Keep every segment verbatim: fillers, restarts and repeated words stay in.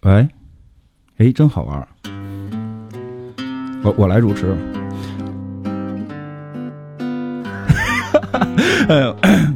喂，哎，真好玩。我我来主持。哎呦，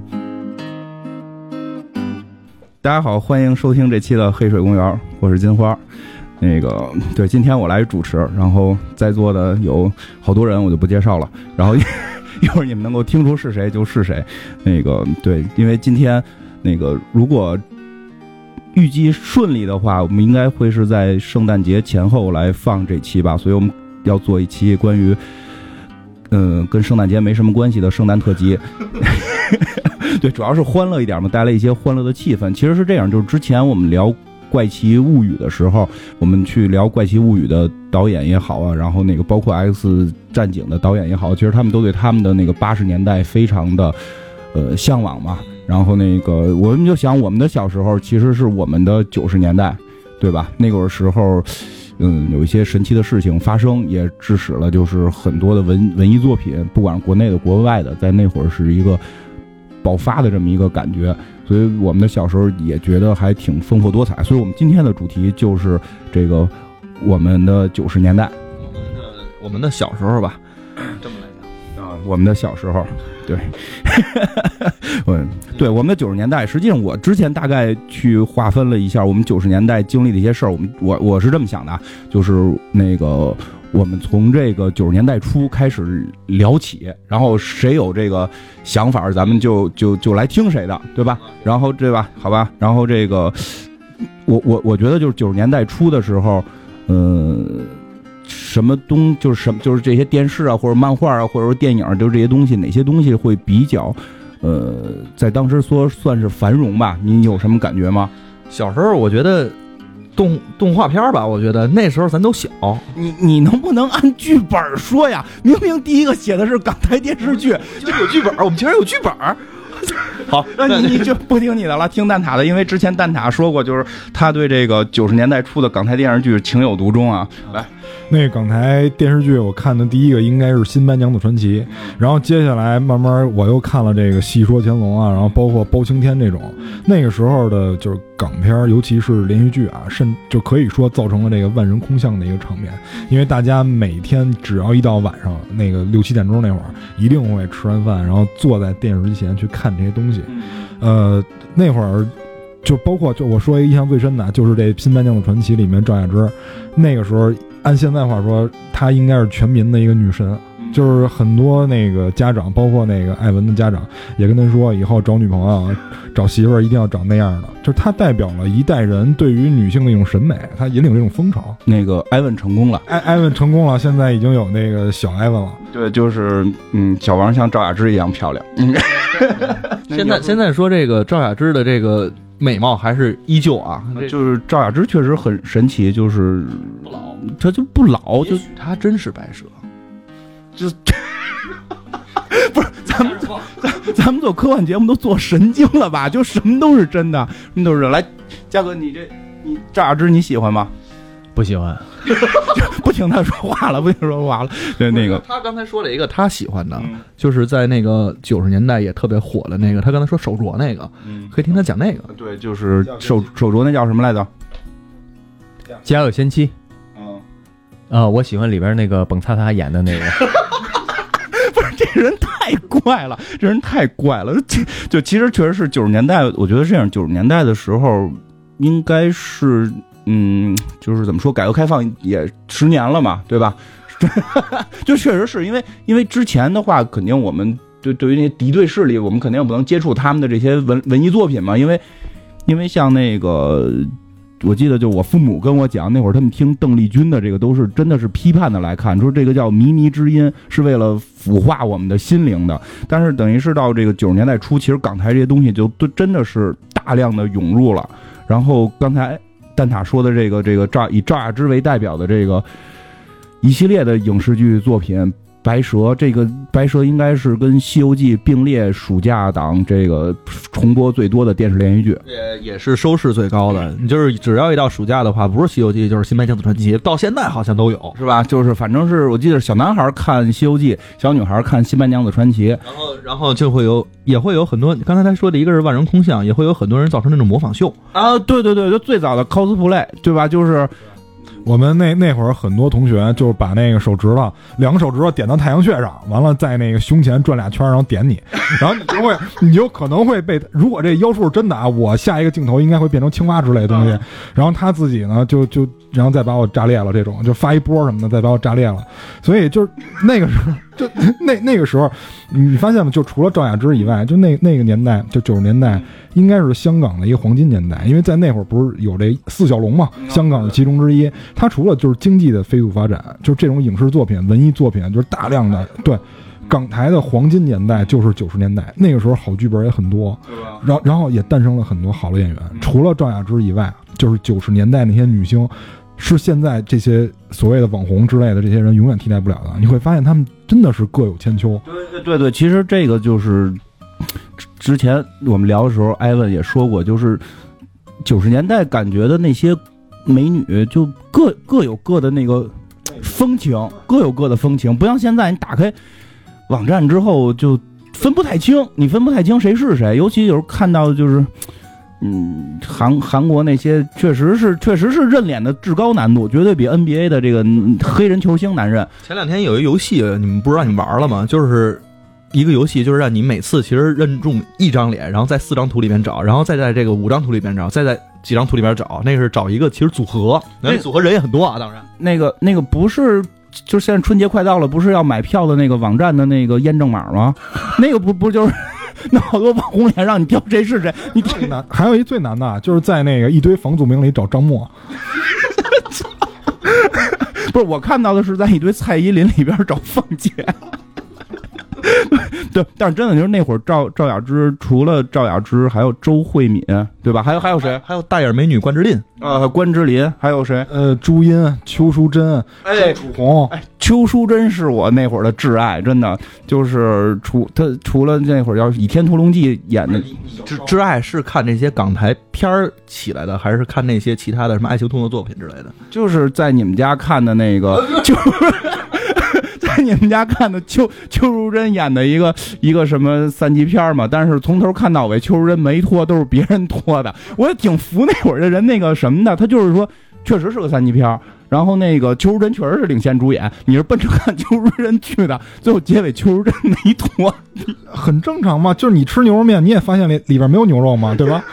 大家好，欢迎收听这期的黑水公园，我是金花。那个，对，今天我来主持，然后在座的有好多人，我就不介绍了。然后一会儿你们能够听出是谁就是谁。那个，对，因为今天那个如果预计顺利的话，我们应该会是在圣诞节前后来放这期吧，所以我们要做一期关于嗯、呃、跟圣诞节没什么关系的圣诞特辑。对，主要是欢乐一点嘛，带来一些欢乐的气氛。其实是这样，就是之前我们聊怪奇物语的时候，我们去聊怪奇物语的导演也好啊，然后那个包括 X 战警的导演也好，其实他们都对他们的那个八十年代非常的呃向往嘛。然后那个我们就想，我们的小时候其实是我们的九十年代，对吧？那个时候嗯有一些神奇的事情发生，也致使了就是很多的文文艺作品，不管是国内的国外的，在那会儿是一个爆发的这么一个感觉。所以我们的小时候也觉得还挺丰富多彩。所以我们今天的主题就是这个我们的九十年代， 我们的我们的小时候吧，这么来讲啊，我们的小时候，对，嗯，对，我们的九十年代，实际上我之前大概去划分了一下我们九十年代经历的一些事儿。我们我我是这么想的，就是那个我们从这个九十年代初开始聊起，然后谁有这个想法，咱们就就就来听谁的，对吧？然后对吧？好吧，然后这个我我我觉得就是九十年代初的时候，嗯、呃。什么东就是什么就是这些电视啊，或者漫画啊，或者说电影，就是这些东西，哪些东西会比较，呃，在当时说算是繁荣吧？你有什么感觉吗？ 小时候我觉得动动画片吧，我觉得那时候咱都小。 你你能不能按剧本说呀？明明第一个写的是港台电视剧， 就有剧本，我们竟然有剧本。 好，那你你就不听你的了，听蛋挞的，因为之前蛋挞说过，就是他对这个九十年代初的港台电视剧情有独钟啊。来。 那个港台电视剧我看的第一个应该是《新白娘子传奇》，然后接下来慢慢我又看了这个《戏说乾隆》啊，然后包括包青天这种。那个时候的就是港片，尤其是连续剧啊，甚就可以说造成了这个万人空巷的一个场面。因为大家每天只要一到晚上那个六七点钟那会儿，一定会吃完饭，然后坐在电视机前去看这些东西。呃，那会儿。就包括就我说一个印象最深的，就是这《新白娘子传奇》里面赵雅芝，那个时候按现在话说，她应该是全民的一个女神，就是很多那个家长，包括那个艾文的家长，也跟她说，以后找女朋友、找媳妇儿一定要找那样的，就是她代表了一代人对于女性的一种审美，她引领这种风潮。 那个艾文成功了， 艾艾文成功了，现在已经有那个小艾文了。 对，就是嗯，小王像赵雅芝一样漂亮。嗯， 现在现在说这个赵雅芝的这个美貌还是依旧啊， 就是赵雅芝确实很神奇，就是不老， 她就不老，就她真是白蛇， 就不是咱们咱咱们做科幻节目都做神经了吧？就什么都是真的，什么都是真的。来，嘉哥，你这你赵雅芝你喜欢吗？ 不喜欢， 不听他说话了，不听说话了。对，那个他刚才说了一个他喜欢的，嗯、就是在那个九十年代也特别火的那个，他刚才说手镯那个，嗯，可以听他讲那个。 对，就是手手镯那叫什么来着？ 家有仙妻。嗯，啊，我喜欢里边那个蹦擦擦演的那个。 不是，这人太怪了，这人太怪了。就其实确实是九十年代，我觉得这样，九十年代的时候应该是。嗯，就是怎么说，改革开放也十年了嘛，对吧？就确实是因为，因为之前的话，肯定我们对对于那些敌对势力，我们肯定也不能接触他们的这些文文艺作品嘛，因为，因为像那个，我记得就我父母跟我讲，那会儿他们听邓丽君的这个都是真的是批判的来看，说这个叫靡靡之音，是为了腐化我们的心灵的。但是等于是到这个九十年代初，其实港台这些东西就都真的是大量的涌入了。然后刚才。蛋挞说的这个这个赵以赵雅芝为代表的这个一系列的影视剧作品， 白蛇，这个白蛇应该是跟《西游记》并列暑假档这个重播最多的电视连续剧， 也也是收视最高的。你就是只要一到暑假的话，不是《西游记》就是《新白娘子传奇》，到现在好像都有， 是吧？就是反正是我记得小男孩看《西游记》，小女孩看《新白娘子传奇》， 然后然后就会有也会有很多，刚才他说的一个是万人空巷，也会有很多人造成那种模仿秀啊，对对对，就最早的 cosplay， 对吧？就是我们那那会儿很多同学就是把那个手指头两个手指头点到太阳穴上，完了在那个胸前转俩圈，然后点你，然后你就会你有可能会被，如果这妖术是真的啊，我下一个镜头应该会变成青蛙之类的东西，然后他自己呢就就然后再把我炸裂了，这种就发一波什么的再把我炸裂了，所以就是那个时候就那那个时候你发现吗？就除了赵雅芝以外，就那那个年代就九十年代应该是香港的一个黄金年代，因为在那会儿不是有这四小龙嘛，香港是其中之一。它除了就是经济的飞速发展，就是这种影视作品、文艺作品，就是大量的对港台的黄金年代就是九十年代，那个时候好剧本也很多，然后然后也诞生了很多好的演员。除了赵雅芝以外，就是九十年代那些女星，是现在这些所谓的网红之类的这些人永远替代不了的。你会发现他们真的是各有千秋。 对对对对，其实这个就是之前我们聊的时候，艾文也说过，就是九十年代感觉的那些美女，就各各有各的那个风情，各有各的风情，不像现在你打开网站之后就分不太清，你分不太清谁是谁，尤其有时候看到就是。嗯，韩韩国那些确实是确实是认脸的至高难度，绝对比 N B A 的这个黑人球星难认。 前两天有一游戏，你们不知道你玩了吗？就是一个游戏，就是让你每次其实认中一张脸，然后在四张图里面找，然后再在这个五张图里面找，再在几张图里面找，那个是找一个其实组合，那组合人也很多啊，当然。 那个那个不是。就是现在春节快到了，不是要买票的那个网站的那个验证码吗？那个不不就是那好多网红脸让你挑谁是谁？你最难，还有一最难的，就是在那个一堆房祖名里找张默。 不是，我看到的是在一堆蔡依林里边找凤姐。对，但是真的就是那会儿赵赵雅芝，除了赵雅芝，还有周慧敏，对吧？还有还有谁？ 还有大眼美女关之琳， 呃，关之琳，还有谁？ 呃，朱茵、邱淑贞、 哎， 楚红， 哎，邱淑贞是我那会儿的挚爱，真的就是除她除了那会儿要《倚天屠龙记》演的， 挚挚爱是看这些港台片儿起来的，还是看那些其他的什么爱情动作作品之类的？ 就是在你们家看的那个，就。在你们家看的邱邱淑贞演的一个一个什么三级片嘛，但是从头看到尾，邱淑贞没脱，都是别人脱的。我也挺服那会儿的人那个什么的，他就是说确实是个三级片，然后那个邱淑贞确实是领衔主演，你是奔着看邱淑贞去的，最后结尾邱淑贞没脱， 很正常嘛。就是你吃牛肉面，你也发现里里边没有牛肉嘛，对吧？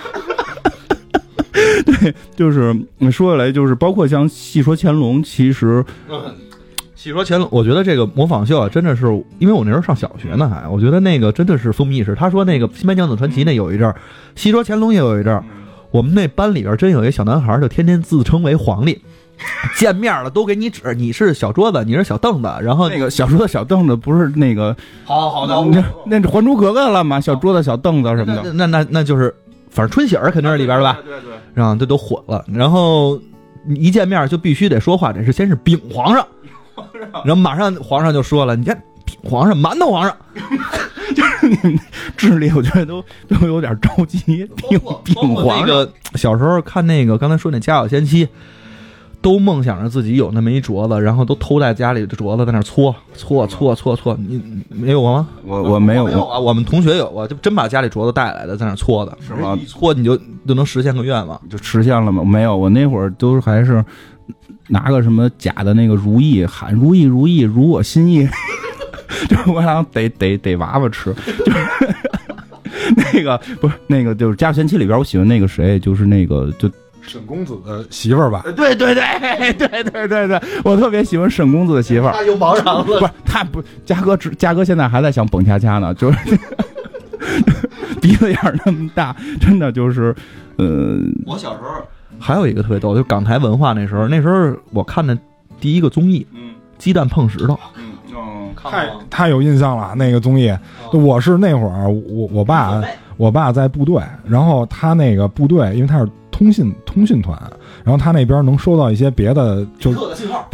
对，就是说起来，就是包括像戏说乾隆，其实。 戏说乾隆，我觉得这个模仿秀啊，真的是，因为我那时候上小学呢，还我觉得那个真的是风靡一时。他说那个《新白娘子传奇》那有一阵儿，戏说乾隆也有一阵儿，我们那班里边真有一小男孩，就天天自称为皇帝，见面了都给你指，你是小桌子，你是小凳子，然后那个小桌子小凳子不是那个， 好好的， 那那《还珠格格》了吗？小桌子小凳子什么的， 那那那就是反正春喜儿肯定是里边的吧？ 对对对， 然后这都混了，然后一见面就必须得说话，这是先是禀皇上。然后马上皇上就说了：“你看，皇上馒头皇上， 就是你们智力，我觉得都都有点着急。禀禀皇上。” 那个小时候看那个刚才说那《家有仙妻》，都梦想着自己有那么一镯子，然后都偷在家里的镯子在那搓搓搓搓搓。你没有过吗？ 我我没有过啊，我们同学有过，就真把家里镯子带来的，在那搓的， 是吗？ 一搓你就就能实现个愿望， 就实现了吗？没有，我那会儿都还是。拿个什么假的那个如意，喊如意如意如我心意，就我想得得得娃娃吃，就是那个不是那个就是《家有仙妻》里边，我喜欢那个谁，就是那个就沈公子的媳妇儿吧？ 对对对对对对对，我特别喜欢沈公子的媳妇儿。 他有毛长了， 不是他不，嘉哥嘉哥现在还在想蹦恰恰呢，就是鼻子眼儿那么大，真的就是，呃， 我小时候。还有一个特别逗，就港台文化那时候，那时候我看的第一个综艺，嗯，鸡蛋碰石头， 嗯，哦， 太太有印象了。那个综艺，我是那会儿我我爸我爸在部队，然后他那个部队，因为他是通信通讯团，然后他那边能收到一些别的，就不是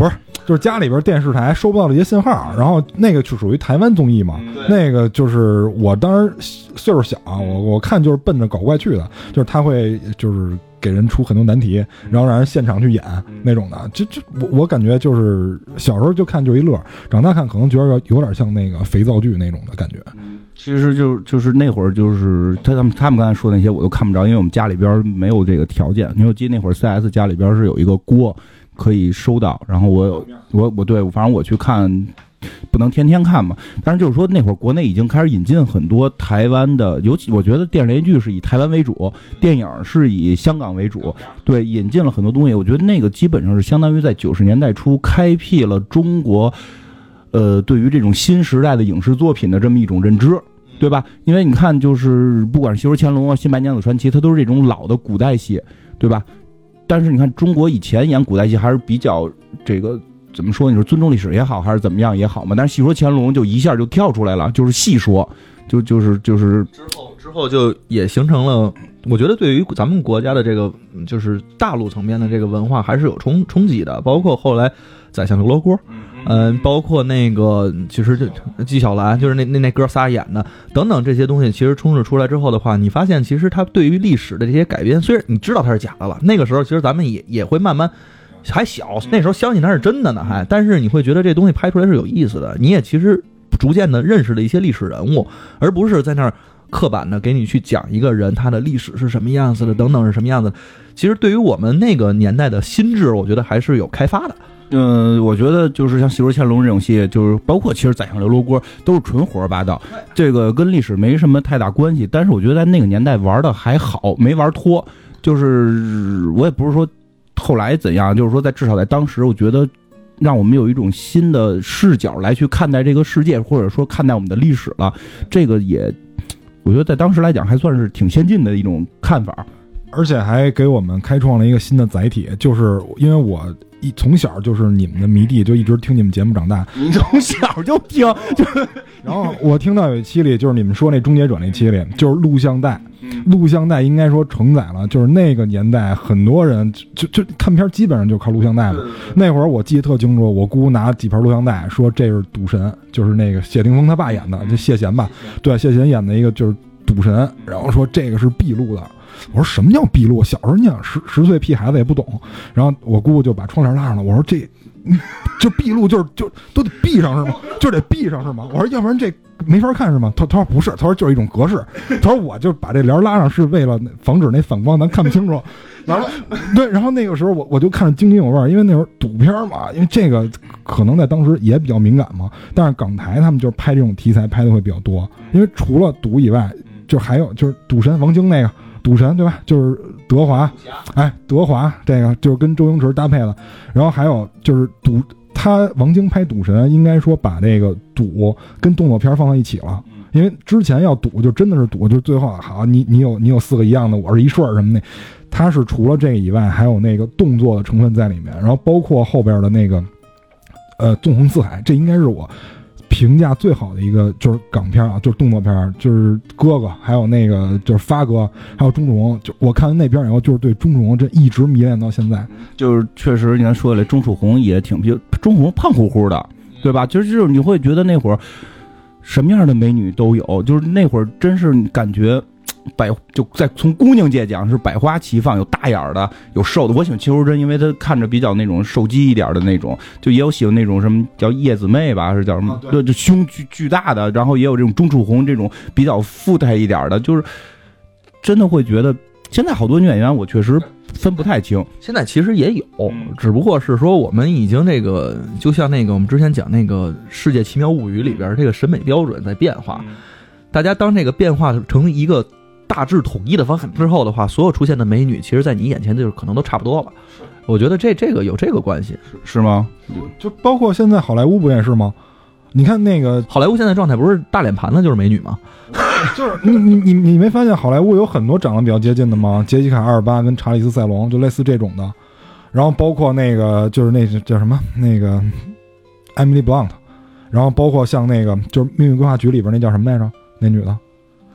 就是家里边电视台收不到这些信号，然后那个就属于台湾综艺嘛，那个就是我当时岁数小，我我看就是奔着搞怪去的，就是他会就是给人出很多难题，然后让人现场去演那种的，就就我我感觉就是小时候就看就一乐，长大看可能觉得有点像那个肥皂剧那种的感觉。 其实就就是那会儿就是他他们他们刚才说的那些我都看不着，因为我们家里边没有这个条件。因为我记得那会儿 C S 家里边是有一个锅可以收到，然后我我我对反正我去看不能天天看嘛，但是就是说那会儿国内已经开始引进很多台湾的，尤其我觉得电视连续剧是以台湾为主，电影是以香港为主，对，引进了很多东西。我觉得那个基本上是相当于在九十年代初开辟了中国呃对于这种新时代的影视作品的这么一种认知，对吧？因为你看就是不管是《西游乾隆》啊、《新白娘子传奇》，它都是这种老的古代戏，对吧？但是你看中国以前演古代戏还是比较这个怎么说，你说尊重历史也好还是怎么样也好嘛，但是细说乾隆就一下就跳出来了，就是细说，就就是就是之后之后就也形成了，我觉得对于咱们国家的这个就是大陆层面的这个文化还是有冲冲击的，包括后来宰相刘罗锅，嗯、呃，包括那个其实就纪晓岚，就是那那那哥仨演的等等这些东西，其实充斥出来之后的话，你发现其实它对于历史的这些改编，虽然你知道它是假的了，那个时候其实咱们也也会慢慢。还小，那时候相信它是真的呢，还，但是你会觉得这东西拍出来是有意思的，你也其实逐渐的认识了一些历史人物，而不是在那儿刻板的给你去讲一个人他的历史是什么样子的，等等是什么样子的。其实对于我们那个年代的心智，我觉得还是有开发的。 嗯、呃，我觉得就是像《戏说乾隆》这种戏，就是包括其实宰相刘罗锅都是纯胡说八道，这个跟历史没什么太大关系。但是我觉得在那个年代玩的还好，没玩脱。就是我也不是说。后来怎样？就是说，在至少在当时，我觉得让我们有一种新的视角来去看待这个世界，或者说看待我们的历史了。这个也，我觉得在当时来讲，还算是挺先进的一种看法， 而且还给我们开创了一个新的载体。就是因为我一从小就是你们的迷弟，就一直听你们节目长大。 你从小就听，就然后我听到有一期里，就是你们说那终结者那期里，就是录像带。录像带应该说承载了，就是那个年代很多人就就看片基本上就靠录像带嘛。那会儿我记得特清楚，我姑拿几盘录像带说这是赌神，就是那个谢霆锋他爸演的，就谢贤吧，对，谢贤演的一个就是赌神，然后说这个是闭路的。我说什么叫闭路？小时候你想十十岁屁孩子也不懂，然后我姑姑就把窗帘拉上了。我说这就闭路就是就都得闭上是吗？就得闭上是吗？我说要不然这没法看是吗？他他说不是，他说就是一种格式。他说我就把这帘拉上是为了防止那反光咱看不清楚。然后对，然后那个时候我我就看着津津有味，因为那会儿赌片嘛，因为这个可能在当时也比较敏感嘛。但是港台他们就是拍这种题材拍的会比较多，因为除了赌以外，就还有就是赌神王晶那个。赌神对吧？就是德华，哎，德华这个就是跟周星驰搭配了。然后还有就是赌，他王晶拍赌神，应该说把这个赌跟动作片放在一起了。因为之前要赌就真的是赌，就最后好你你有你有四个一样的，我是一顺什么的。他是除了这个以外，还有那个动作的成分在里面，然后包括后边的那个呃纵横四海，这应该是我。评价最好的一个就是港片啊，就是动作片，就是哥哥，还有那个就是发哥，还有钟楚红。就我看完那片以后，就是对钟楚红这一直迷恋到现在。 就是确实，你看说起来，钟楚红也挺，钟楚红胖乎乎的，对吧？就是就是你会觉得那会儿什么样的美女都有，就是那会儿真是感觉。百就在从姑娘界讲是百花齐放，有大眼的，有瘦的。我喜欢邱淑贞，因为她看着比较那种瘦肌一点的那种，就也有喜欢那种什么叫叶子妹吧，是叫什么？啊、对，就胸巨巨大的，然后也有这种钟楚红这种比较富态一点的，就是真的会觉得现在好多女演员我确实分不太清。 现在其实也有，只不过是说我们已经这个，就像那个我们之前讲那个《世界奇妙物语》里边，这个审美标准在变化，大家当这个变化成一个。大致统一的方向之后的话，所有出现的美女，其实在你眼前就是可能都差不多了。我觉得这这个有这个关系， 是是吗？ 就包括现在好莱坞不也是吗？你看那个好莱坞现在状态不是大脸盘子就是美女吗？ 就是你你你你没发现好莱坞有很多长得比较接近的吗？杰西卡·阿尔巴跟查理斯·塞隆就类似这种的，然后包括那个就是那叫什么那个艾米丽·布朗特，然后包括像那个就是《命运规划局》里边那叫什么来着？那女的。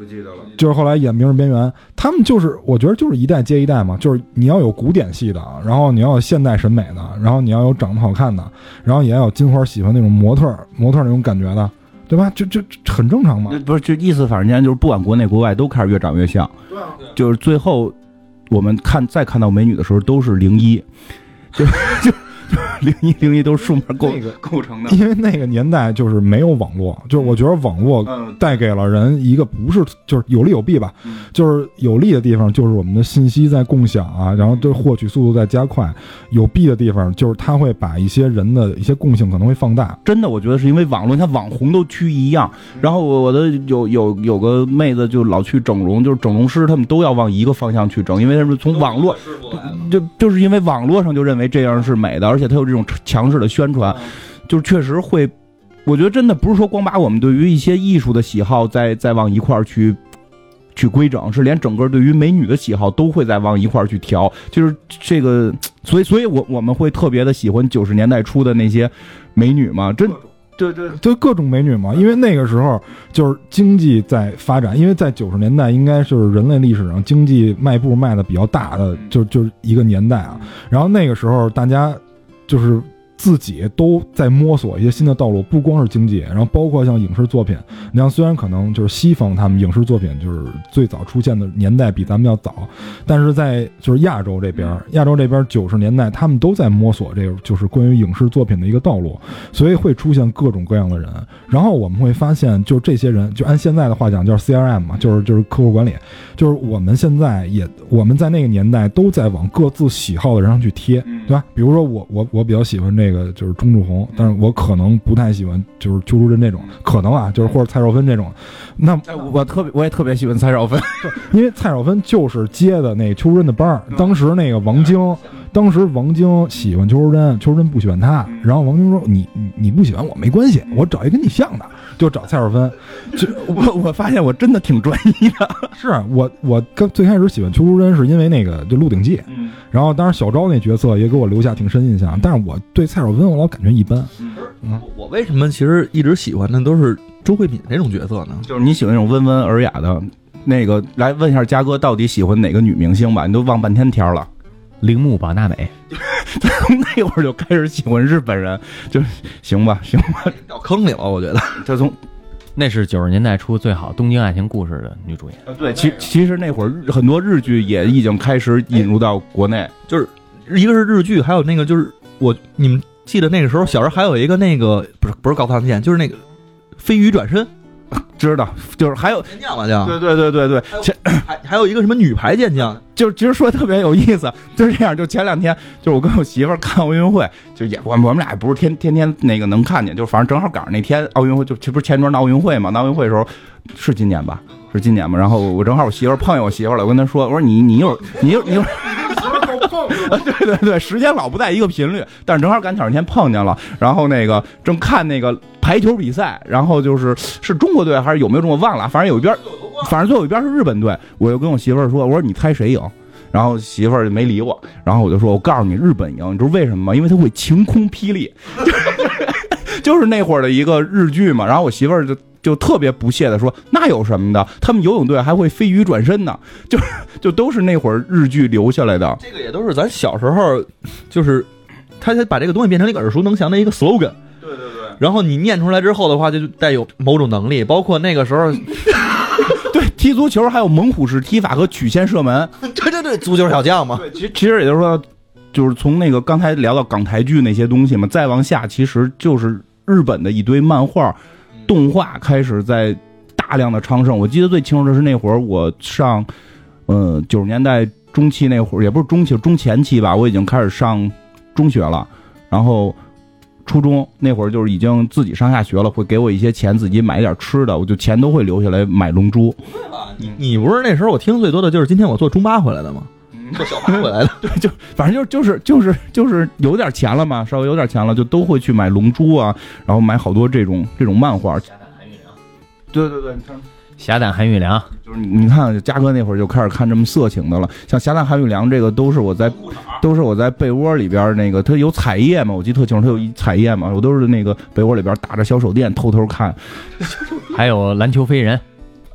不记得了。 就是后来演《明日边缘》，他们就是我觉得就是一代接一代嘛，就是你要有古典系的，然后你要有现代审美的，然后你要有长得好看的，然后也要有金花喜欢那种模特模特那种感觉的，对吧？就就很正常嘛。 不是，就意思反正就是不管国内国外都开始越长越像。对啊。就是最后我们看再看到美女的时候都是零一，就就。零一零一都是数码构、那个、构成的， 因为那个年代就是没有网络，就是我觉得网络带给了人一个不是就是有利有弊吧，嗯、就是有利的地方就是我们的信息在共享啊，然后对获取速度在加快；有弊的地方就是它会把一些人的一些共性可能会放大。 真的，我觉得是因为网络，它网红都趋一样。然后我的有有有个妹子就老去整容，就是整容师他们都要往一个方向去整，因为他们从网络就就是因为网络上就认为这样是美的，而且它有这种强势的宣传，就是确实会，我觉得真的不是说光把我们对于一些艺术的喜好再再往一块儿去去规整，是连整个对于美女的喜好都会再往一块儿去调，就是这个，所以所以我我们会特别的喜欢九十年代初的那些美女嘛，真。 对对，就各种美女嘛，因为那个时候就是经济在发展，因为在九十年代应该是人类历史上经济迈步迈的比较大的，就就是一个年代啊。然后那个时候大家就是自己都在摸索一些新的道路，不光是经济，然后包括像影视作品。你像虽然可能就是西方他们影视作品就是最早出现的年代比咱们要早，但是在就是亚洲这边，亚洲这边九十年代他们都在摸索这个就是关于影视作品的一个道路，所以会出现各种各样的人。然后我们会发现，就这些人，就按现在的话讲叫 C R M 嘛，就是就是客户管理，就是我们现在也我们在那个年代都在往各自喜好的人上去贴，对吧？比如说我我我比较喜欢这个。这个就是钟楚红，但是我可能不太喜欢就是邱淑贞这种，可能啊，就是或者蔡少芬这种。那我特别我也特别喜欢蔡少芬， 因为蔡少芬就是接的那邱淑贞的班儿。当时那个王晶，当时王晶喜欢邱淑贞，邱淑贞不喜欢他，然后王晶说：“你你你不喜欢我没关系，我找一个跟你像的，就找蔡少芬。” 就我我发现我真的挺专一的， 是我我刚最开始喜欢邱淑贞是因为那个就《鹿鼎记》，嗯，然后当然小昭那角色也给我留下挺深印象，但是我对蔡少芬我老感觉一般。 嗯，我为什么其实一直喜欢的都是周慧敏这种角色呢？ 就是你喜欢那种温文尔雅的，那个来问一下嘉哥到底喜欢哪个女明星吧？你都忘半天天了。 铃木保奈美， 从那会儿就开始喜欢日本人，就行吧，行吧， 掉坑里了，我觉得。 就从那是九十年代初最好《东京爱情故事》的女主演。 对，其其实那会儿很多日剧也已经开始引入到国内， 就是一个是日剧，还有那个就是我你们记得那个时候小时候还有一个那个不是不是高仓健，就是那个飞鱼转身。 知道，就是还有健将了叫， 对对对对对， 还还还有一个什么女排健将， 就是其实说的特别有意思，就是这样。就前两天，就是我跟我媳妇儿看奥运会，就也我们我们俩也不是天天天那个能看见，就反正正好赶上那天奥运会，就这不是前段闹奥运会嘛？闹奥运会的时候是今年吧？是今年嘛？然后我正好我媳妇儿碰见我媳妇儿了，我跟她说，我说你你有你有你有。对对对，时间老不在一个频率，但是正好赶巧那天碰见了，然后那个正看那个排球比赛，然后就是是中国队还是有没有中国忘了，反正有一边，反正最后一边是日本队，我就跟我媳妇儿说，我说你猜谁赢？然后媳妇儿就没理我，然后我就说，我告诉你日本赢，你知道为什么吗？因为他会晴空霹雳，就是那会儿的一个日剧嘛。然后我媳妇儿就。就特别不屑的说，那有什么的？他们游泳队还会飞鱼转身呢，就就都是那会儿日剧留下来的。 这个也都是咱小时候，就是他把这个东西变成了一个耳熟能详的一个 slogan。 对对对。 然后你念出来之后的话，就带有某种能力，包括那个时候， 对踢足球还有猛虎式踢法和曲线射门。 对对对，足球小将嘛。 对，其实其实也就是说，就是从那个刚才聊到港台剧那些东西嘛，再往下其实就是日本的一堆漫画。动画开始在大量的昌盛，我记得最清楚的是那会儿我上，呃九十年代中期那会儿，也不是中期，中前期吧，我已经开始上中学了，然后初中那会儿就是已经自己上下学了，会给我一些钱自己买点吃的，我就钱都会留下来买龙珠。 对吧？你你不是那时候我听最多的就是今天我坐中巴回来的吗？坐小巴回来的， 对，就反正就是就是就是有点钱了嘛，稍微有点钱了，就都会去买龙珠啊，然后买好多这种这种漫画。 侠胆韩玉良， 对对对， 侠胆韩玉良， 就是你看嘉哥那会儿就开始看这么色情的了，像侠胆韩玉良这个都是我在都是我在被窝里边那个，它有彩页嘛，我记得特清楚，它有一彩页嘛，我都是那个被窝里边打着小手电偷偷看。 还有篮球飞人。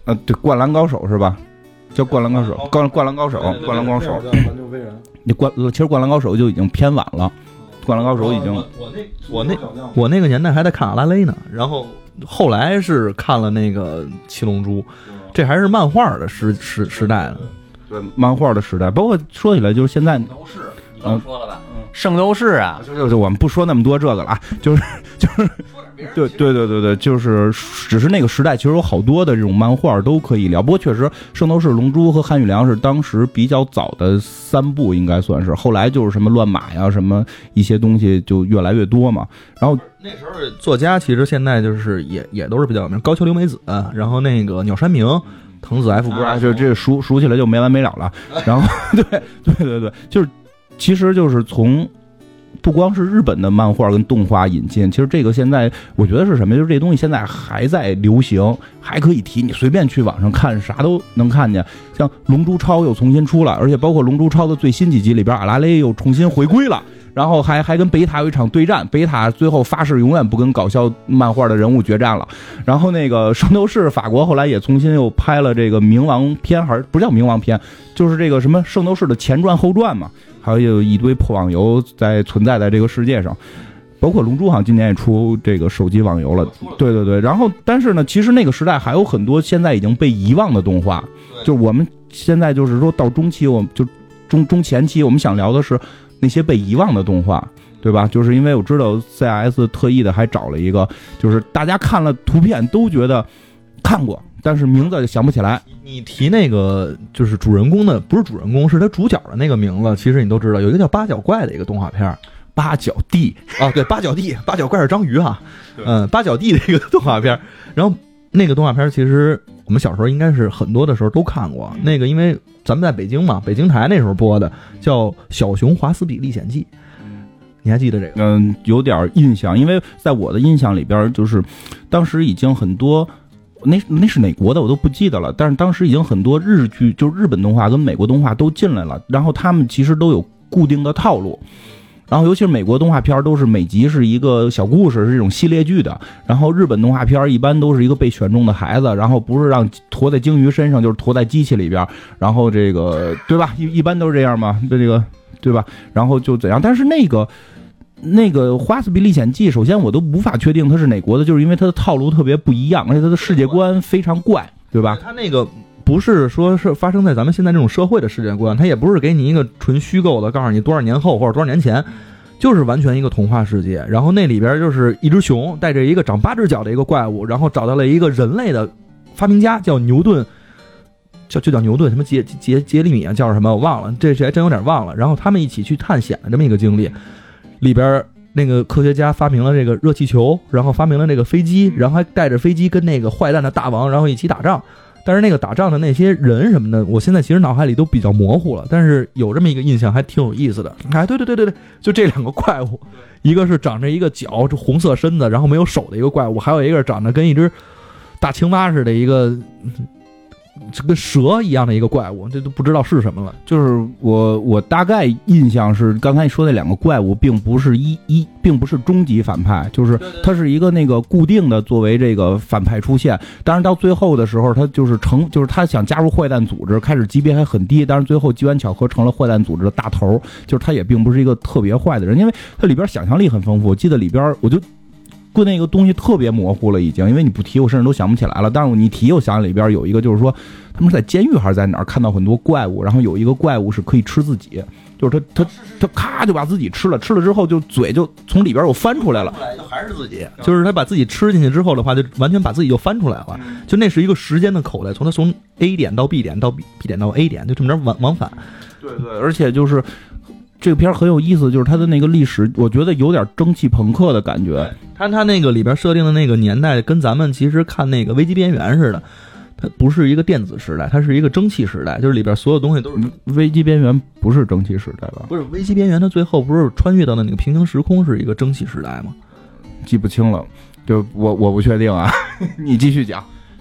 呃，对，灌篮高手是吧？叫灌篮高手，灌灌篮高手，灌篮高手。 篮球飞人。 你灌，其实灌篮高手就已经偏晚了，灌篮高手已经。 我那我那我那个年代还在看阿拉蕾呢，然后后来是看了那个七龙珠，这还是漫画的时时时代呢。 对，漫画的时代，包括说起来就是现在。 都是你刚说了吧？嗯，圣斗士啊， 就就就我们不说那么多这个了，就是就是。对对对对对，就是只是那个时代，其实有好多的这种漫画都可以聊。不过确实，《圣斗士》《龙珠》和《汉与良》是当时比较早的三部，应该算是。后来就是什么乱马呀，什么一些东西就越来越多嘛。然后那时候作家其实现在就是也也都是比较有名，高桥留美子，然后那个鸟山明、藤子 F 不是， 这这数数起来就没完没了了。然后对对对对，就是其实就是从。不光是日本的漫画跟动画引进，其实这个现在我觉得是什么？就是这东西现在还在流行，还可以提。你随便去网上看，啥都能看见。像《龙珠超》又重新出了，而且包括《龙珠超》的最新几集里边，阿拉蕾又重新回归了。然后还还跟贝塔有一场对战，贝塔最后发誓永远不跟搞笑漫画的人物决战了。然后那个圣斗士法国后来也重新又拍了这个冥王篇，还是不叫冥王篇，就是这个什么圣斗士的前传后传嘛。还有一堆破网游在存在在这个世界上，包括龙珠好像今年也出这个手机网游了。对对对，然后但是呢，其实那个时代还有很多现在已经被遗忘的动画，就是我们现在就是说到中期，我们就中中前期，我们想聊的是那些被遗忘的动画，对吧？就是因为我知道 C S 特意的还找了一个，就是大家看了图片都觉得看过，但是名字想不起来。 你提那个就是主人公的，不是主人公，是他主角的那个名字，其实你都知道，有一个叫八角怪的一个动画片， 八角地啊，对，八角地，八角怪是章鱼哈，嗯，八角地的一个动画片。然后那个动画片其实我们小时候应该是很多的时候都看过，那个因为咱们在北京嘛，北京台那时候播的叫《小熊华斯比历险记》，你还记得这个？ 嗯，有点印象，因为在我的印象里边，就是当时已经很多。那那是哪国的我都不记得了，但是当时已经很多日剧，就是日本动画跟美国动画都进来了，然后他们其实都有固定的套路，然后尤其是美国动画片都是每集是一个小故事，是这种系列剧的，然后日本动画片一般都是一个被选中的孩子，然后不是让驮在鲸鱼身上，就是驮在机器里边，然后这个对吧？一一般都是这样嘛，这个对吧？然后就怎样？但是那个。那个《华斯比历险记》，首先我都无法确定它是哪国的，就是因为它的套路特别不一样，而且它的世界观非常怪，对吧？ 它那个不是说是发生在咱们现在这种社会的世界观，它也不是给你一个纯虚构的，告诉你多少年后或者多少年前，就是完全一个童话世界。然后那里边就是一只熊带着一个长八只脚的一个怪物，然后找到了一个人类的发明家，叫牛顿。叫就叫牛顿什么杰杰杰利米啊，叫什么我忘了，这谁还真有点忘了。然后他们一起去探险的这么一个经历。里边那个科学家发明了这个热气球，然后发明了这个飞机，然后还带着飞机跟那个坏蛋的大王然后一起打仗。但是那个打仗的那些人什么的，我现在其实脑海里都比较模糊了，但是有这么一个印象还挺有意思的。哎，对对对对对，就这两个怪物，一个是长着一个脚，就红色身子，然后没有手的一个怪物，还有一个长得跟一只大青蛙似的一个这跟蛇一样的一个怪物，这都不知道是什么了。 就是我我大概印象是，刚才你说那两个怪物，并不是一一，并不是终极反派，就是它是一个那个固定的作为这个反派出现。当然到最后的时候，他就是成，就是他想加入坏蛋组织，开始级别还很低，但是最后机缘巧合成了坏蛋组织的大头。就是他也并不是一个特别坏的人，因为他里边想象力很丰富。我记得里边我就。对那个东西特别模糊了，已经，因为你不提，我甚至都想不起来了。但是你提，我想里边有一个，就是说他们是在监狱还是在哪儿看到很多怪物，然后有一个怪物是可以吃自己，就是他他他咔就把自己吃了，吃了之后就嘴就从里边又翻出来了， 还是自己，就是他把自己吃进去之后的话，就完全把自己又翻出来了，就那是一个时间的口袋，从他从 A 点到 B 点到 B 点到 A 点，就这么着往往返。 对对，而且就是。这个片很有意思，就是它的那个历史，我觉得有点蒸汽朋克的感觉。 它它那个里边设定的那个年代，跟咱们其实看那个危机边缘似的，它不是一个电子时代，它是一个蒸汽时代，就是里边所有东西都是。 危机边缘不是蒸汽时代吧？ 不是，危机边缘它最后不是穿越到的那个平行时空是一个蒸汽时代吗？ 记不清了，就我我不确定啊，你继续讲。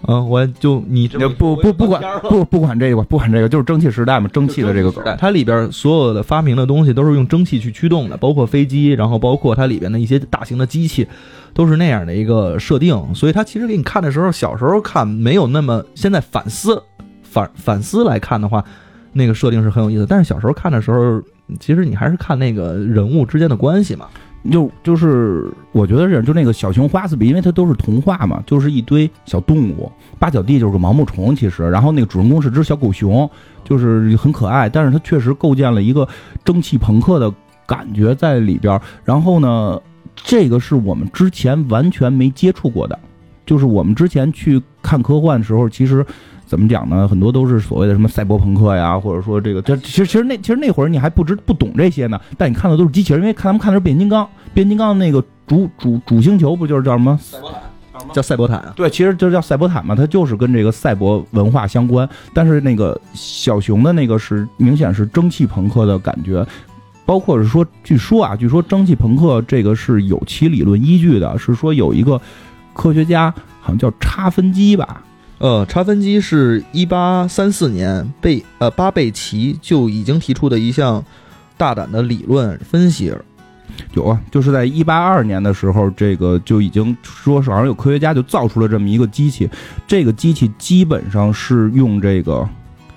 嗯，我就你这不不不管不不管这个不管这个，就是蒸汽时代嘛，蒸汽的这个梗， 它里边所有的发明的东西都是用蒸汽去驱动的，包括飞机，然后包括它里边的一些大型的机器，都是那样的一个设定。所以它其实给你看的时候，小时候看没有那么，现在反思反反思来看的话，那个设定是很有意思。但是小时候看的时候，其实你还是看那个人物之间的关系嘛。 就就是我觉得是就那个小熊花斯比，因为它都是童话嘛，就是一堆小动物，八角地就是个毛毛虫其实，然后那个主人公是只小狗熊，就是很可爱，但是它确实构建了一个蒸汽朋克的感觉在里边。然后呢，这个是我们之前完全没接触过的，就是我们之前去看科幻的时候，其实怎么讲呢？很多都是所谓的什么赛博朋克呀，或者说这个，这其实其实那其实那会儿你还不知不懂这些呢，但你看的都是机器人，因为看他们看的是变形金刚，变形金刚那个主主主星球不就是叫什么？ 赛博坦，叫赛博坦啊。 对，其实就叫赛博坦嘛，它就是跟这个赛博文化相关。但是那个小熊的那个是明显是蒸汽朋克的感觉。包括是说，据说啊，据说蒸汽朋克这个是有其理论依据的，是说有一个科学家好像叫差分基吧。 呃，差分基是一八三四年贝呃巴贝奇就已经提出的一项大胆的理论分析。 有啊，就是在一八二年的时候，这个就已经说好像有科学家就造出了这么一个机器，这个机器基本上是用这个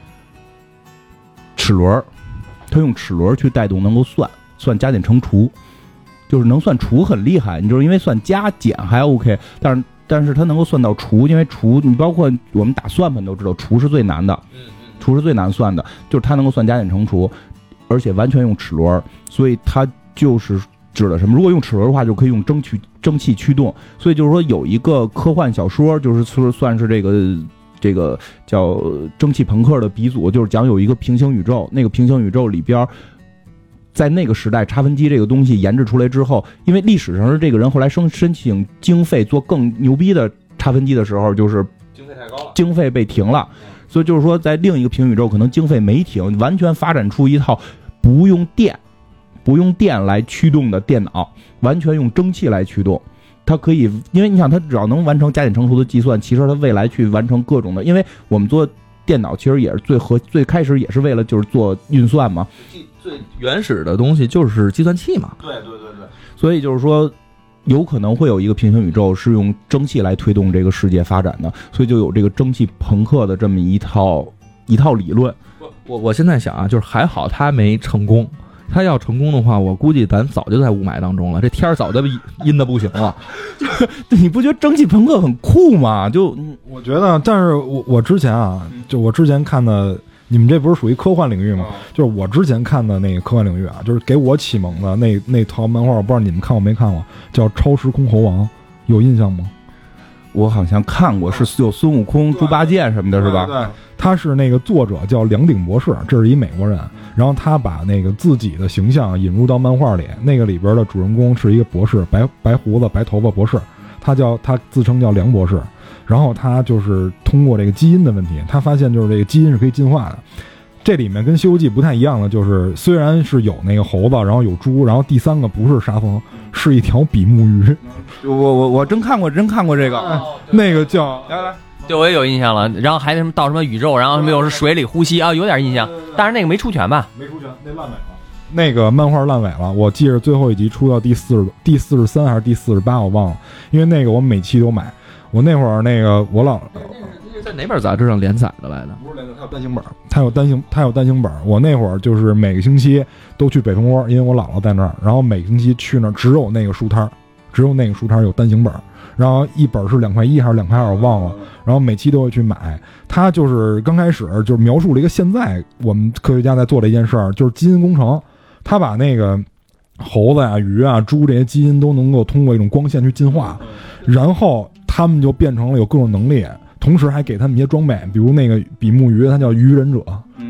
齿轮，它用齿轮去带动，能够算算加减乘除，就是能算除很厉害。你就是因为算加减还 OK， 但是。但是它能够算到除，因为除你包括我们打算盘都知道，除是最难的，除是最难算的，就是它能够算加减乘除，而且完全用齿轮，所以它就是指的什么？如果用齿轮的话，就可以用蒸汽蒸汽驱动。所以就是说，有一个科幻小说，就是算是这个这个叫蒸汽朋克的鼻祖，就是讲有一个平行宇宙，那个平行宇宙里边。在那个时代，差分机这个东西研制出来之后，因为历史上是这个人后来申申请经费做更牛逼的差分机的时候，就是经费太高了， 经费被停了，所以就是说，在另一个平行宇宙可能经费没停，完全发展出一套不用电、不用电来驱动的电脑，完全用蒸汽来驱动。它可以，因为你想，它只要能完成加减乘除的计算，其实它未来去完成各种的，因为我们做电脑其实也是最核最开始也是为了就是做运算嘛。 最原始的东西就是计算器嘛。 对对对对。所以就是说，有可能会有一个平行宇宙是用蒸汽来推动这个世界发展的，所以就有这个蒸汽朋克的这么一套一套理论。 我我现在想啊，就是还好他没成功。他要成功的话，我估计咱早就在雾霾当中了，这天儿早就阴的不行了。 你不觉得蒸汽朋克很酷吗？就我觉得，但是我我之前啊，就我之前看的。你们这不是属于科幻领域吗？就是我之前看的那个科幻领域啊，就是给我启蒙的那那套漫画，我不知道你们看过没看过，叫《超时空猴王》，有印象吗？ 我好像看过，是有孙悟空、猪八戒什么的，是吧？ 对，他是那个作者叫梁鼎博士，这是一美国人，然后他把那个自己的形象引入到漫画里，那个里边的主人公是一个博士，白白胡子、白头发博士，他叫他自称叫梁博士。然后他就是通过这个基因的问题，他发现就是这个基因是可以进化的。这里面跟《西游记》不太一样的就是，虽然是有那个猴子，然后有猪，然后第三个不是沙僧，是一条比目鱼。 我我我真看过，真看过这个， 哎、那个叫来来， 对我也有印象了。然后还什么到什么宇宙，然后什么又是水里呼吸啊，有点印象。但是那个没出全吧？ 没出全，那烂尾了。那个漫画烂尾了，我记着最后一集出到第四十、第四十三还是第四十八，我忘了，因为那个我每期都买。我那会儿那个我老那是在哪本杂志上连载的来的？ 不是连载，它有单行本，它有单行，它有单行本。我那会儿就是每个星期都去北蜂窝，因为我姥姥在那儿，然后每个星期去那儿只有那个书摊，只有那个书摊有单行本，然后一本是两块一还是两块二，我忘了。然后每期都会去买。它就是刚开始就是描述了一个现在我们科学家在做的一件事儿，就是基因工程。他把那个猴子啊、鱼啊、猪这些基因都能够通过一种光线去进化，然后他们就变成了有各种能力，同时还给他们一些装备，比如那个比目鱼，它叫鱼忍者，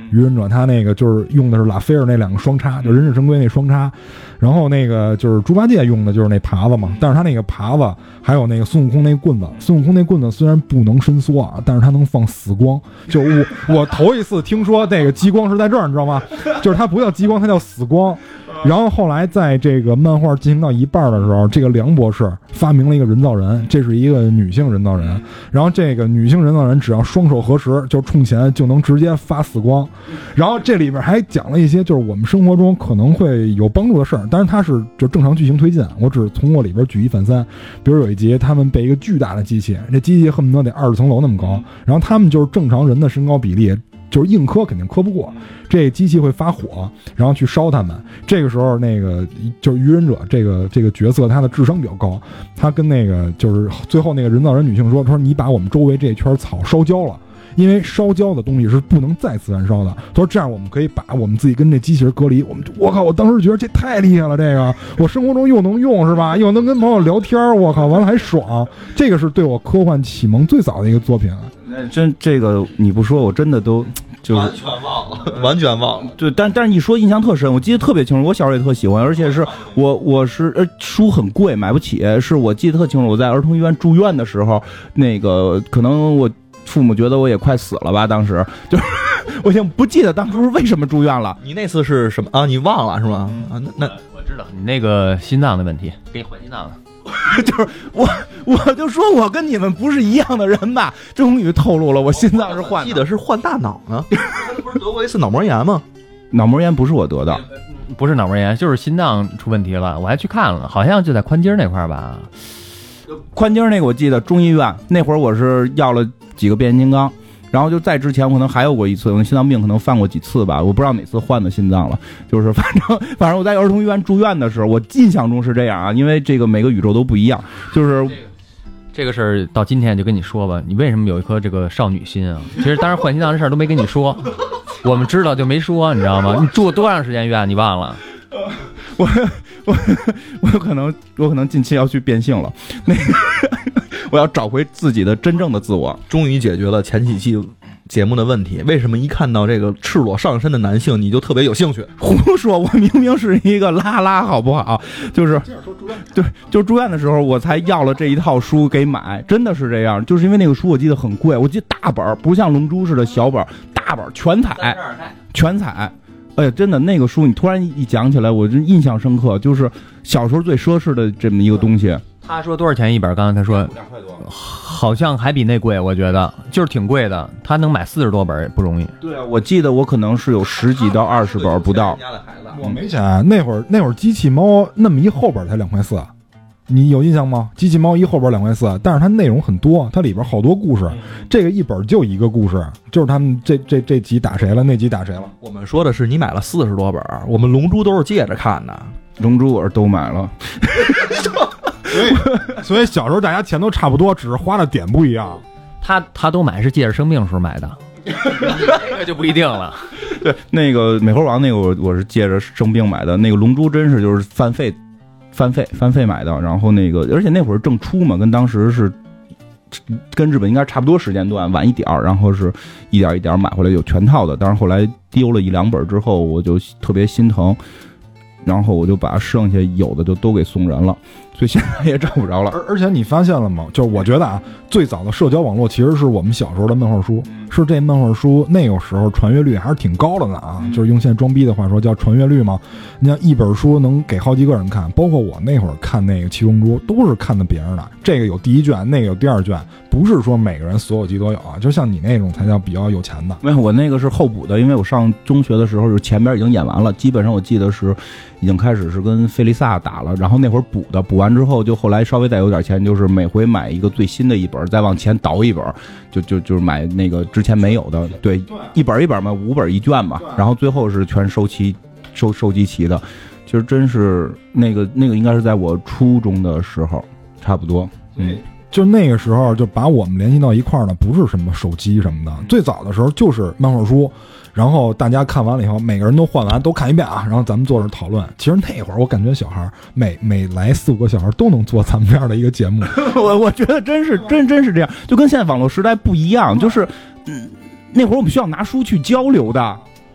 愚人者他那个就是用的是拉斐尔那两个双叉，就忍者神龟那双叉，然后那个就是猪八戒用的就是那耙子嘛，但是他那个耙子还有那个孙悟空那棍子，孙悟空那棍子虽然不能伸缩啊，但是它能放死光。就我我头一次听说那个激光是在这儿，你知道吗？就是它不叫激光，它叫死光。然后后来在这个漫画进行到一半的时候，这个梁博士发明了一个人造人，这是一个女性人造人。然后这个女性人造人只要双手合十，就冲前就能直接发死光。然后这里边还讲了一些就是我们生活中可能会有帮助的事儿，但是它是就正常剧情推进，我只是通过里边举一反三。比如有一集他们被一个巨大的机器，这机器恨不得得二十层楼那么高，然后他们就是正常人的身高比例，就是硬磕肯定磕不过，这机器会发火，然后去烧他们。这个时候，那个就是愚人者这个这个角色，他的智商比较高，他跟那个就是最后那个人造人女性说：“他说你把我们周围这圈草烧焦了。”因为烧焦的东西是不能再次燃烧的。他说这样我们可以把我们自己跟这机器人隔离。我们我靠，我当时觉得这太厉害了，这个我生活中又能用是吧？又能跟朋友聊天，我靠，完了还爽。这个是对我科幻启蒙最早的一个作品。 那真这个你不说，我真的都就是完全忘了，完全忘了。 对，但但是一说印象特深，我记得特别清楚。我小时候也特喜欢，而且是我我是呃书很贵买不起，是我记得特清楚。我在儿童医院住院的时候，那个可能我。父母觉得我也快死了吧，当时就是我已经不记得当初是为什么住院了。 你那次是什么啊？你忘了是吗？啊，那那我知道你那个心脏的问题，给你换心脏了。 就是我我就说我跟你们不是一样的人吧，终于透露了我心脏是换的。 记得是换大脑呢，不是得过一次脑膜炎吗？ 脑膜炎不是我得的， 不是脑膜炎，就是心脏出问题了。我还去看了，好像就在髋筋那块吧。 髋筋那个我记得中医院那会儿我是要了几个变形金刚，然后就在之前我可能还有过一次，我心脏病可能犯过几次吧，我不知道哪次换的心脏了，就是反正反正我在儿童医院住院的时候，我印象中是这样啊，因为这个每个宇宙都不一样，就是这个事儿到今天就跟你说吧，你为什么有一颗这个少女心啊？其实当时换心脏这事儿都没跟你说，我们知道就没说，你知道吗？你住了多长时间院？你忘了？ 我我我可能我可能近期要去变性了，那个我要找回自己的真正的自我。 终于解决了前几期节目的问题，为什么一看到这个赤裸上身的男性你就特别有兴趣？ 胡说，我明明是一个拉拉，好不好？就是对，就住院的时候我才要了这一套书给买，真的是这样，就是因为那个书我记得很贵，我记得大本，不像龙珠似的小本，大本全彩，全彩。哎呀，真的那个书你突然一讲起来，我真印象深刻，就是小时候最奢侈的这么一个东西。 他说多少钱一本？刚才他说两块多， 好像还比那贵，我觉得就是挺贵的。他能买四十多本不容易。 对啊，我记得我可能是有十几到二十本不到。 我没钱，那会儿那会儿机器猫那么一厚本才两块四。你有印象吗？机器猫一后边两块四，但是它内容很多，它里边好多故事。这个一本就一个故事，就是他们这这这集打谁了，那集打谁了。 我们说的是你买了四十多本，我们龙珠都是借着看的， 龙珠我是都买了。 所以所以小时候大家钱都差不多，只是花的点不一样。 他他都买是借着生病时候买的，这个就不一定了。 对，那个美猴王那个我我是借着生病买的，那个龙珠真是就是饭费。翻费翻费买的，然后那个，而且那会儿正出嘛，跟当时是跟日本应该差不多时间段，晚一点儿，然后是一点一点买回来有全套的。但是后来丢了一两本之后，我就特别心疼，然后我就把剩下有的就都给送人了，所以现在也找不着了。 而而且你发现了吗？就是我觉得啊，最早的社交网络其实是我们小时候的漫画书，是这漫画书那个时候传阅率还是挺高的呢啊，就是用现在装逼的话说叫传阅率嘛。你像一本书能给好几个人看，包括我那会儿看那个七龙珠都是看的别人的，这个有第一卷，那个有第二卷，不是说每个人所有集都有啊，就像你那种才叫比较有钱的。 没有，我那个是后补的，因为我上中学的时候就前边已经演完了，基本上我记得是已经开始是跟费利萨打了，然后那会儿补的，补完之后就后来稍微再有点钱，就是每回买一个最新的一本，再往前倒一本，就就就是买那个之前没有的，对，一本一本嘛，五本一卷嘛，然后最后是全收齐收收集齐的。其实真是那个那个应该是在我初中的时候，差不多，嗯。 就那个时候就把我们联系到一块儿呢，不是什么手机什么的，最早的时候就是漫画书，然后大家看完了以后，每个人都换完都看一遍啊，然后咱们坐着讨论。其实那会儿我感觉小孩每每来四五个小孩都能做咱们这样的一个节目， 我我觉得真是真真是这样，就跟现在网络时代不一样，就是嗯，那会儿我们需要拿书去交流的。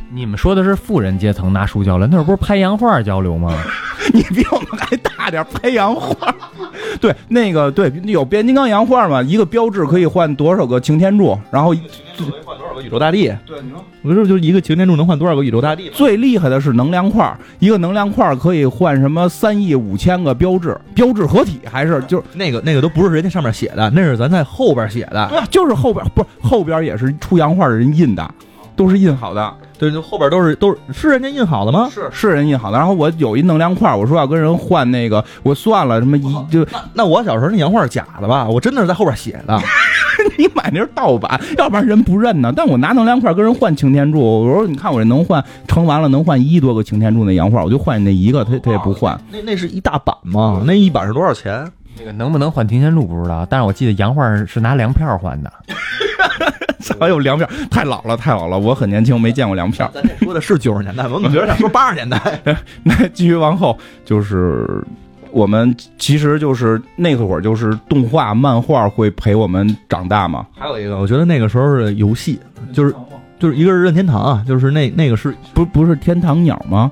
你们说的是富人阶层拿书交流，那会儿不是拍洋画交流吗？ 你比我们还大点，拍洋画。对，那个对，有变形金刚洋画嘛，一个标志可以换多少个擎天柱，然后换多少个宇宙大帝？ 对，你说我说就一个擎天柱能换多少个宇宙大帝？ 最厉害的是能量块，一个能量块可以换什么三亿五千个标志，标志合体还是就那个那个都不是人家上面写的，那是咱在后边写的。 对，就是后边不是后边也是出洋画的人印的，都是印好的。 对，就后边都是都是是人家印好的吗？ 是是人印好的。然后我有一能量块，我说要跟人换那个，我算了什么一就那那我小时候那洋画是假的吧？我真的是在后边写的。 你买那是盗版，要不然人不认呢。但我拿能量块跟人换擎天柱，我说你看我这能换成完了能换一亿多个擎天柱那洋画，我就换那一个，他他也不换。 那那是一大版吗？那一版是多少钱？ 这个能不能换擎天柱不知道，但是我记得洋画是拿粮票换的。 还有粮票，太老了，太老了！我很年轻，没见过粮票。 咱这说的是九十年代吗？我怎么觉得在说八十年代？ 那继续往后，就是我们其实就是那会儿就是动画、漫画会陪我们长大嘛。 还有一个，我觉得那个时候是游戏，就是就是一个是任天堂啊，就是那那个是不不是天堂鸟吗？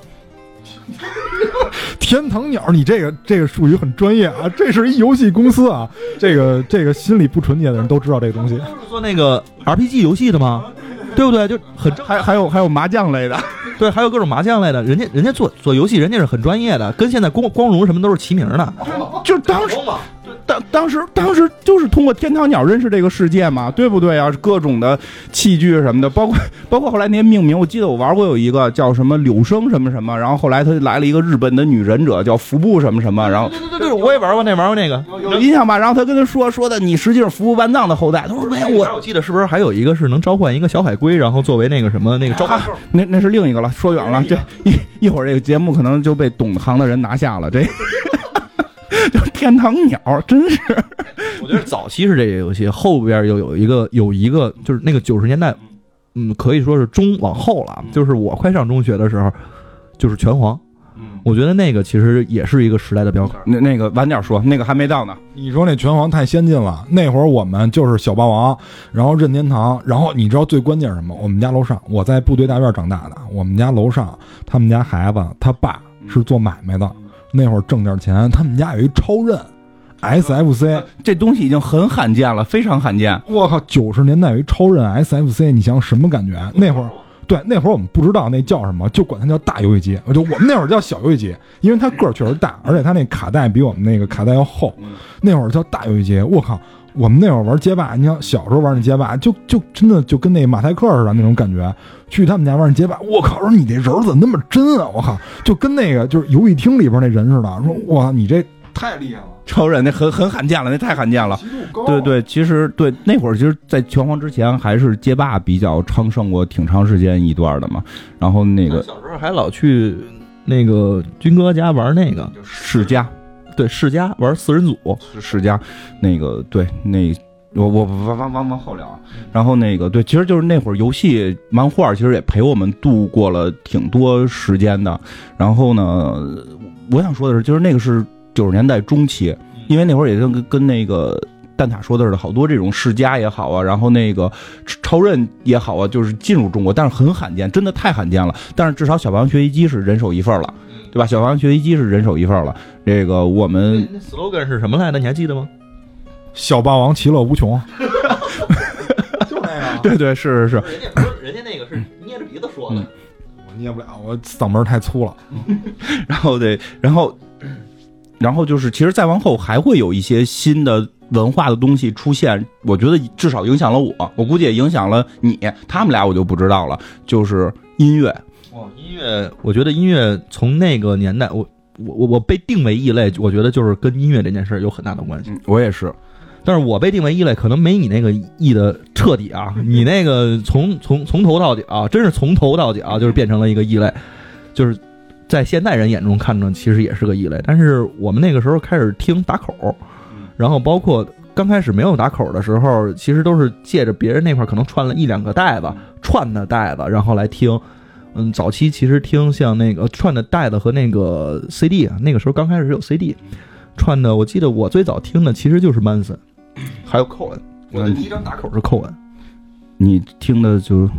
天堂鸟，你这个这个术语很专业啊，这是一游戏公司啊，这个这个心理不纯洁的人都知道这个东西。 是做那个 R P G 游戏的吗？对不对？就很还还有还有麻将类的， 对，还有各种麻将类的，人家人家做做游戏，人家是很专业的，跟现在光光荣什么都是齐名的。 就当时当当时当时就是通过天堂鸟认识这个世界嘛，对不对啊？各种的器具什么的，包括包括后来那些命名，我记得我玩过有一个叫什么柳生什么什么，然后后来他来了一个日本的女忍者叫服部什么什么，然后对对对对，我也玩过那玩过那个， 有印象吧？然后他跟他说说的你实际上服部万藏的后代，他说没有我我记得是不是还有一个是能召唤一个小海龟，然后作为那个什么那个召唤兽？ 那那是另一个了，说远了，这一一会儿这个节目可能就被懂行的人拿下了，这。就天堂鸟，真是。 我觉得早期是这个游戏，后边又有一个有一个就是那个九十年代，嗯，可以说是中往后了，就是我快上中学的时候，就是拳皇。我觉得那个其实也是一个时代的标杆。 那那个晚点说，那个还没到呢。 你说那拳皇太先进了，那会儿我们就是小霸王，然后任天堂，然后你知道最关键是什么？我们家楼上，我在部队大院长大的，我们家楼上他们家孩子他爸是做买卖的。那会儿挣点钱，他们家有一超任 S F C， 这东西已经很罕见了，非常罕见。 我靠，九十年代有一超任 S F C， 你想什么感觉？那会儿，对，那会儿我们不知道那叫什么，就管它叫大游戏机。就我们那会儿叫小游戏机，因为它个儿确实大，而且它那卡带比我们那个卡带要厚。那会儿叫大游戏机，我靠！我们那会儿玩街霸，你想小时候玩那街霸，就就真的就跟那马赛克似的那种感觉。去他们家玩那街霸，我靠！说你这人怎么那么真啊？我靠！就跟那个就是游戏厅里边那人似的。说哇，你这太厉害了！ 超人那很很罕见了，那太罕见了。对对，其实对那会儿，其实，在拳皇之前还是街霸比较昌盛过挺长时间一段的嘛。然后那个小时候还老去那个军哥家玩那个世嘉。 对，世嘉玩四人组， 世嘉，那个对，那我我往往往往后聊啊。然后那个对，其实就是那会儿游戏漫画，其实也陪我们度过了挺多时间的。然后呢，我想说的是，就是那个是九十年代中期，因为那会儿也跟跟那个蛋挞说的似的，好多这种世嘉也好啊，然后那个超任也好啊，就是进入中国，但是很罕见，真的太罕见了。但是至少小霸王学习机是人手一份了。对吧？小霸王学习机是人手一份了。这个我们那 slogan 是什么来着？你还记得吗？ 小霸王其乐无穷。就那个。 对对是是是。 人家不是，人家那个是捏着鼻子说的。嗯、 我捏不了，我嗓门太粗了。 然后对，然后然后就是，其实再往后还会有一些新的文化的东西出现。我觉得至少影响了我，我估计也影响了你。他们俩我就不知道了。就是音乐。 哦，音乐，我觉得音乐从那个年代，我我我被定为异类，我觉得就是跟音乐这件事有很大的关系。 嗯、我也是， 但是我被定为异类，可能没你那个异的彻底啊。你那个从从从头到脚，真是从头到脚就是变成了一个异类，就是在现代人眼中看着其实也是个异类。但是我们那个时候开始听打口，然后包括刚开始没有打口的时候，其实都是借着别人那块可能串了一两个带子串的带子，然后来听。嗯，早期其实听像那个串的带子和那个 C D 啊，那个时候刚开始有 C D 串的，我记得我最早听的其实就是 Manson， 还有寇恩。我的第一张打口是寇恩。 你听的就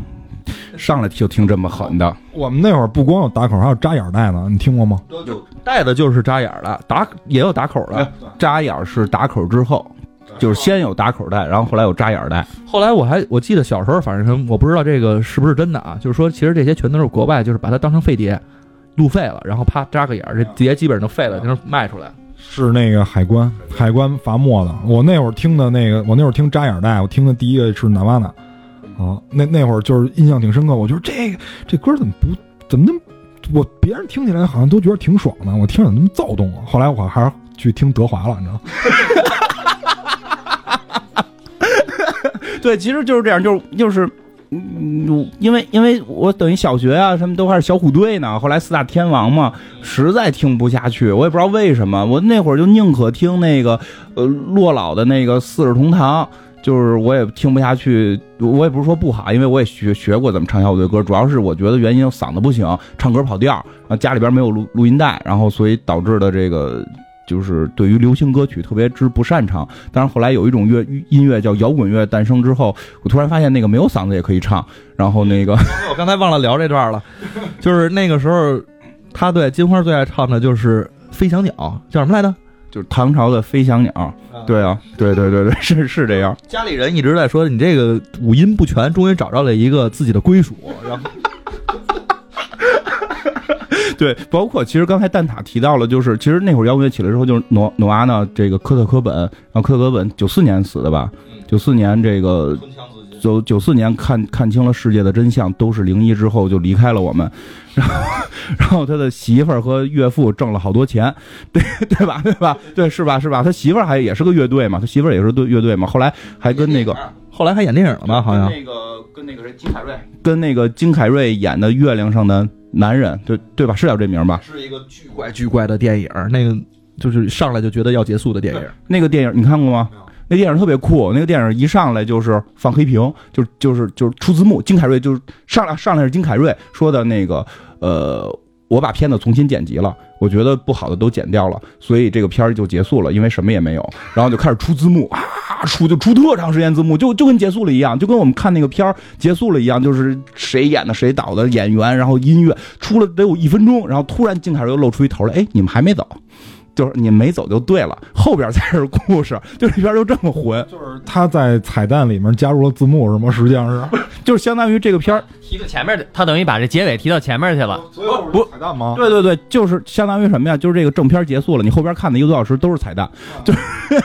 上来就听这么狠的。 我们那会儿不光有打口，还有扎眼带呢，你听过吗？ 有带的就是扎眼的，打也有打口的。 哎、扎眼是打口之后，就是先有打口带，然后后来有扎眼带。 后来我还我记得小时候，反正我不知道这个是不是真的啊，就是说其实这些全都是国外，就是把它当成废碟录废了，然后啪扎个眼，这碟基本上都废了，就能卖出来。 是那个海关，海关罚没的。我那会儿听的那个，我那会儿听扎眼带，我听的第一个是 Nirvana 啊，那那会儿就是印象挺深刻。我觉得这个这歌怎么不怎么那么，我别人听起来好像都觉得挺爽的，我听着怎么那么躁动啊？后来我还是去听德华了，你知道吗？ 对，其实就是这样，就是就是。嗯，因为因为我等于小学啊，什么都还是小虎队呢，后来四大天王嘛，实在听不下去，我也不知道为什么，我那会儿就宁可听那个呃洛老的那个四世同堂，就是我也听不下去，我也不是说不好，因为我也学学过怎么唱小虎队歌，主要是我觉得原因嗓子不行，唱歌跑调，然后家里边没有录录音带，然后所以导致的这个。就是对于流行歌曲特别之不擅长，但是后来有一种乐音乐叫摇滚乐诞生之后，我突然发现那个没有嗓子也可以唱，然后那个我刚才忘了聊这段了，就是那个时候他对金花最爱唱的就是飞翔鸟，叫什么来着？ 就是唐朝的飞翔鸟。对啊，对对对对，是是这样。 家里人一直在说你这个五音不全，终于找到了一个自己的归属，然后。 对，包括其实刚才蛋挞提到了，就是其实那会儿摇滚乐起来之后，就是诺诺瓦呢，这个科特科本，然后科特科本九四年死的吧？九四年这个九九四年看看清了世界的真相，都是零一之后就离开了我们，然后然后他的媳妇儿和岳父挣了好多钱，对对吧？对吧？对是吧？是吧？他媳妇儿还也是个乐队嘛，他媳妇儿也是队乐队嘛，后来还跟那个。 后来还演电影了吧？好像那个跟那个谁金凯瑞，跟那个金凯瑞演的《月亮上的男人》，对对吧？是叫这名吧？ 是一个巨怪巨怪的电影，那个就是上来就觉得要结束的电影。 那个电影你看过吗？那电影特别酷，那个电影一上来就是放黑屏，就就是就是出字幕，金凯瑞就是上来上来是金凯瑞说的那个呃。我把片子重新剪辑了，我觉得不好的都剪掉了，所以这个片儿就结束了，因为什么也没有，然后就开始出字幕啊，出就出特长时间字幕，就就跟结束了一样，就跟我们看那个片儿结束了一样，就是谁演的谁导的演员，然后音乐出了得有一分钟，然后突然金凯瑞又露出一头来，哎，你们还没走。就是你没走就对了，后边才是故事，就这边就这么混。 就是他在彩蛋里面加入了字幕，是吗？实际上是， 就是相当于这个片儿提到前面，他等于把这结尾提到前面去了。 不不彩蛋吗？ 对对对，就是相当于什么呀？就是这个正片结束了，你后边看的一个多小时都是彩蛋，就是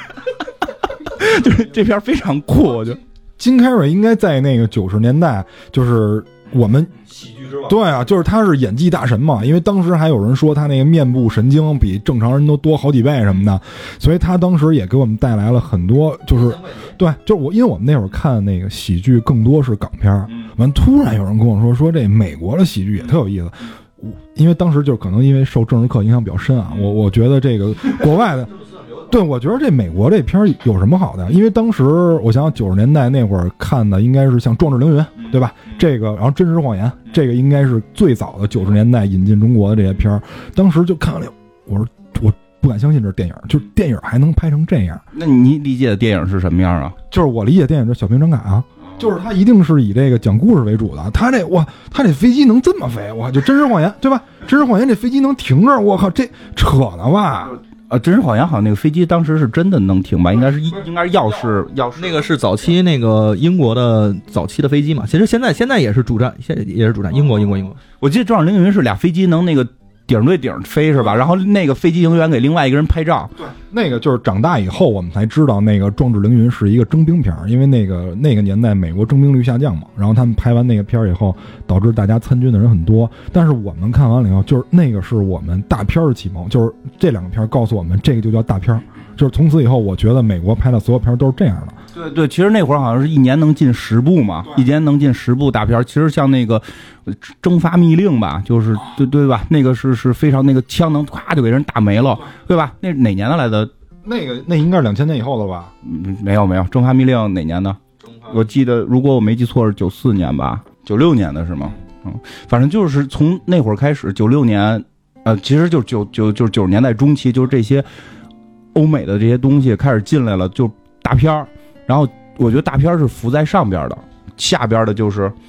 就是这片非常酷，我觉得。 金凯瑞应该在那个九十年代，就是我们。 喜剧之王， 对啊，就是他是演技大神嘛，因为当时还有人说他那个面部神经比正常人都多好几倍什么的，所以他当时也给我们带来了很多，就是对，就是我因为我们那会儿看那个喜剧更多是港片，完突然有人跟我说说这美国的喜剧也特有意思，因为当时就可能因为受政治课影响比较深啊，我我觉得这个国外的。对，我觉得这美国这片有什么好的？因为当时我想想九十年代那会儿看的应该是像《壮志凌云》，对吧？这个，然后《真实谎言》，这个应该是最早的九十年代引进中国的这些片儿。当时就看了，我说我不敢相信这是电影，就是电影还能拍成这样。 那你理解的电影是什么样啊？ 就是我理解电影就是小兵张嘎啊。就是他一定是以这个讲故事为主的，他这哇，他这飞机能这么飞，哇，就真实谎言，对吧？真实谎言这飞机能停这儿，我靠，这扯呢吧？ 呃，真实谎言好像那个飞机当时是真的能停吧？应该是应该是钥匙钥匙那个是早期那个英国的早期的飞机嘛。其实现在现在也是主战，现在也是主战英国英国英国。 我记得《壮志凌云》是俩飞机能那个顶对顶飞是吧？然后那个飞机营员给另外一个人拍照。 对，那个就是长大以后我们才知道，那个《壮志凌云》是一个征兵片，因为那个那个年代美国征兵率下降嘛，然后他们拍完那个片以后，导致大家参军的人很多。但是我们看完了以后，就是那个是我们大片的启蒙，就是这两个片告诉我们，这个就叫大片。就是从此以后，我觉得美国拍的所有片都是这样的。 对对，其实那会儿好像是一年能进十部嘛，一年能进十部大片。其实像那个征发密令吧，就是对对吧？那个是是非常那个枪能咵就给人打没了，对吧？那哪年的来的？ 那个那应该是两千年以后的吧？ 嗯，没有没有，征发密令哪年的？我记得如果我没记错是九四年吧，九六年的是吗？嗯，反正就是从那会儿开始，九六年，呃，其实就九九就是九十年代中期，就是这些欧美的这些东西开始进来了，就大片儿。然后我觉得大片是浮在上边的，下边的就是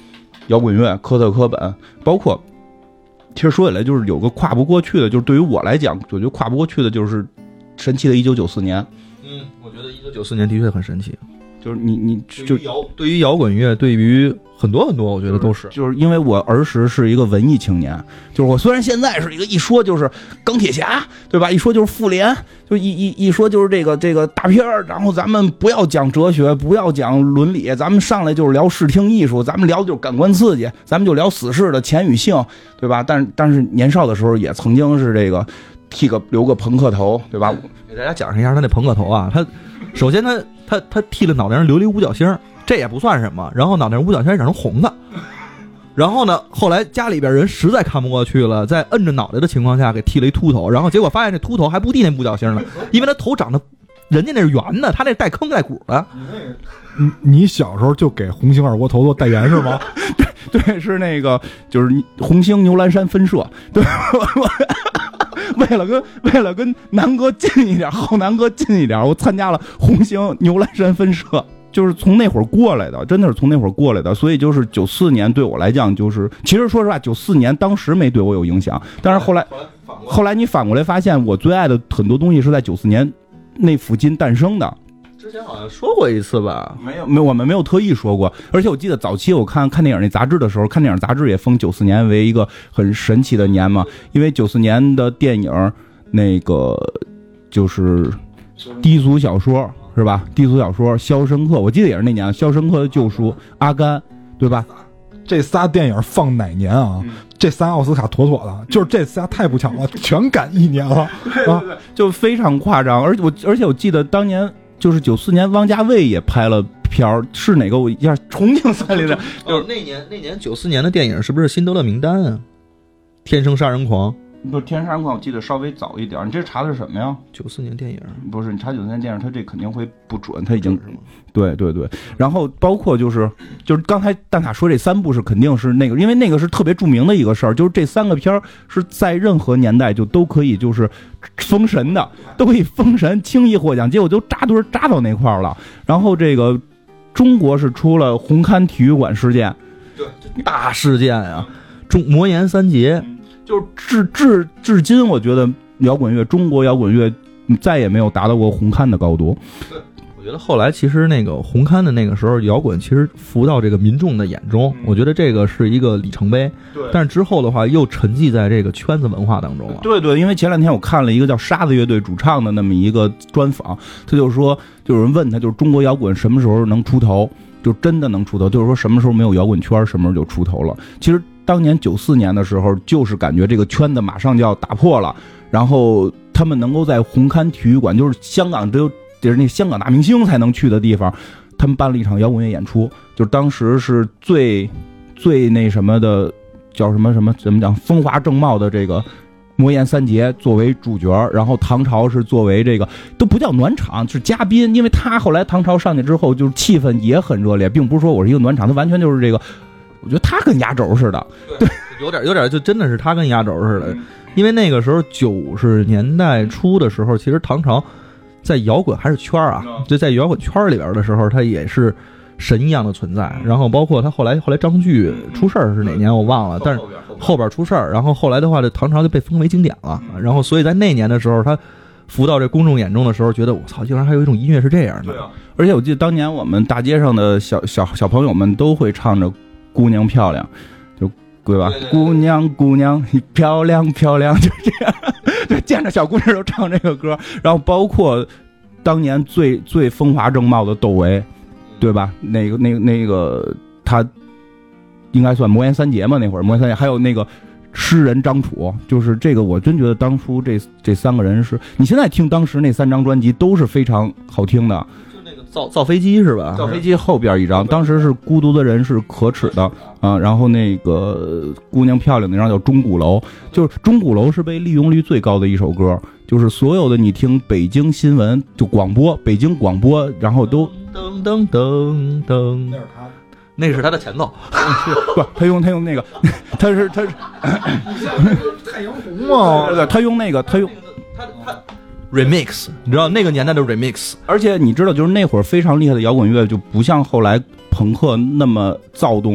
摇滚乐科特·科本，包括其实说起来就是有个跨不过去的，就是对于我来讲，我觉得跨不过去的就是神奇的一九九四年。 嗯，我觉得一九九四年的确很神奇。 就是你你就摇对于摇滚乐，对于很多很多，我觉得都是， 就是因为我儿时是一个文艺青年，就是我虽然现在是一个一说就是钢铁侠，对吧？一说就是复联，就一一一说就是这个这个大片儿，然后咱们不要讲哲学，不要讲伦理，咱们上来就是聊视听艺术，咱们聊的就是感官刺激，咱们就聊死侍的钱与性，对吧？但但是年少的时候也曾经是这个剃个留个朋克头，对吧？ 给大家讲一下他那朋克头啊，他首先他他他剃了脑袋上留了一五角星，这也不算什么，然后脑袋上五角星长成红的，然后呢，后来家里边人实在看不过去了，在摁着脑袋的情况下给剃了一秃头，然后结果发现这秃头还不剃那五角星了，因为他头长得人家那是圆的，他那带坑带骨的。 你你小时候就给红星二锅头做代言是吗？ 对对，是那个就是红星牛栏山分社，对我。为了跟为了跟南哥近一点，浩南哥近一点，我参加了红星牛栏山分社，就是从那会儿过来的，真的是从那会儿过来的。所以就是九四年对我来讲，就是其实说实话，九四年当时没对我有影响，但是后来后来你反过来发现，我最爱的很多东西是在九四年那附近诞生的。 之前好像说过一次吧？ 没有，没有，我们没有特意说过。而且我记得早期我看看电影那杂志的时候，看电影杂志也封九四年为一个很神奇的年嘛，因为九四年的电影那个就是低俗小说是吧？低俗小说《肖申克》，我记得也是那年，《肖申克的救赎》、《阿甘》，对吧？ 这仨电影放哪年啊？嗯、这仨奥斯卡妥妥的，就是这仨太不巧了，全赶一年了啊， 就非常夸张。而且我而且我记得当年。就是九四年，汪家卫也拍了片儿，是哪个？我一下重庆森林的。 就是那年，那年九四年的电影是不是《辛德勒名单》啊？天生杀人狂不是《天生杀人狂》，我记得稍微早一点。你这查的是什么呀？ 九四年电影不是，你查九四年电影，它这肯定会不准，它已经对对对。然后包括就是就是刚才蛋塔说这三部是肯定是那个，因为那个是特别著名的一个事儿，就是这三个片儿是在任何年代就都可以就是封神的，都可以封神，轻易获奖，结果就扎堆扎到那块儿了。然后这个中国是出了红磡体育馆事件， 对，大事件啊，中魔岩三杰。 就是至至至今，我觉得摇滚乐，中国摇滚乐再也没有达到过红磡的高度。 对，我觉得后来其实那个红磡的那个时候，摇滚其实浮到这个民众的眼中，我觉得这个是一个里程碑。 对， 但是之后的话，又沉寂在这个圈子文化当中了。 对对，因为前两天我看了一个叫沙子乐队主唱的那么一个专访，他就说，就有人问他，就是中国摇滚什么时候能出头？就真的能出头？就是说什么时候没有摇滚圈，什么时候就出头了？其实。当年九四年的时候，就是感觉这个圈子马上就要打破了，然后他们能够在红磡体育馆，就是香港只有就是那香港大明星才能去的地方，他们办了一场摇滚乐演出，就是当时是最最那什么的，叫什么什么怎么讲，风华正茂的这个魔岩三杰作为主角，然后唐朝是作为这个都不叫暖场，是嘉宾，因为他后来唐朝上去之后，就是气氛也很热烈，并不是说我是一个暖场，他完全就是这个。我觉得他跟压轴似的， 对，有点有点就真的是他跟压轴似的，因为那个时候九十年代初的时候，其实唐朝在摇滚还是圈啊，就在摇滚圈里边的时候，他也是神一样的存在。然后包括他后来后来张炬出事儿是哪年我忘了，但是后边出事儿，然后后来的话，这唐朝就被封为经典了。然后所以在那年的时候，他浮到这公众眼中的时候，觉得我操，竟然还有一种音乐是这样的。 对啊，而且我记得当年我们大街上的小小小朋友们都会唱着。姑娘漂亮，就对吧？对对对，姑娘姑娘你漂亮漂亮，就这样，就见着小姑娘都唱这个歌。然后包括当年最最风华正茂的窦唯，对吧？那个那个那个他应该算魔岩三杰嘛，那会儿魔岩三杰，还有那个诗人张楚，就是这个我真觉得当初这这三个人是，你现在听当时那三张专辑都是非常好听的。 造造飞机是吧？ 造飞机后边一张，当时是孤独的人是可耻的啊，然后那个姑娘漂亮那张叫钟鼓楼，就是钟鼓楼是被利用率最高的一首歌，就是所有的你听北京新闻就广播，北京广播，然后都噔噔噔噔，那是他，那是他的前奏， 不，他用他用那个，他是他是太阳红嘛， 对对，他用那个他用他他。remix， 你知道那个年代的 remix， 而且你知道，就是那会儿非常厉害的摇滚乐，就不像后来朋克那么躁动，它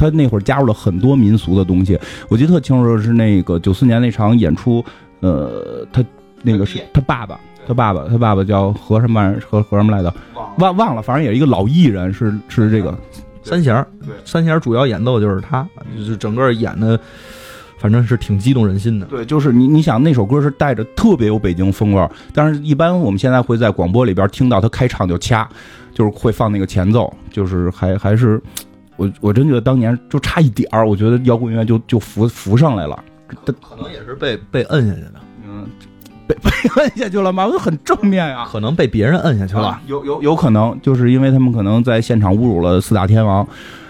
他那会儿加入了很多民俗的东西。我记得特清楚是那个九四年那场演出，呃，他那个是他爸爸，他爸爸，他爸爸叫何什么何何什么来的，忘忘了，反正也是一个老艺人，是是这个三弦，对，三弦主要演奏就是他，就是整个演的。反正是挺激动人心的， 对，就是你你想那首歌是带着特别有北京风味，但是一般我们现在会在广播里边听到他开场就掐，就是会放那个前奏，就是还还是我我真觉得当年就差一点儿，我觉得摇滚乐就就浮浮上来了， 可能也是被被摁下去的， 嗯，被被摁下去了吗？我就很正面呀、啊， 可能被别人摁下去了， 啊、有有有可能就是因为他们可能在现场侮辱了四大天王。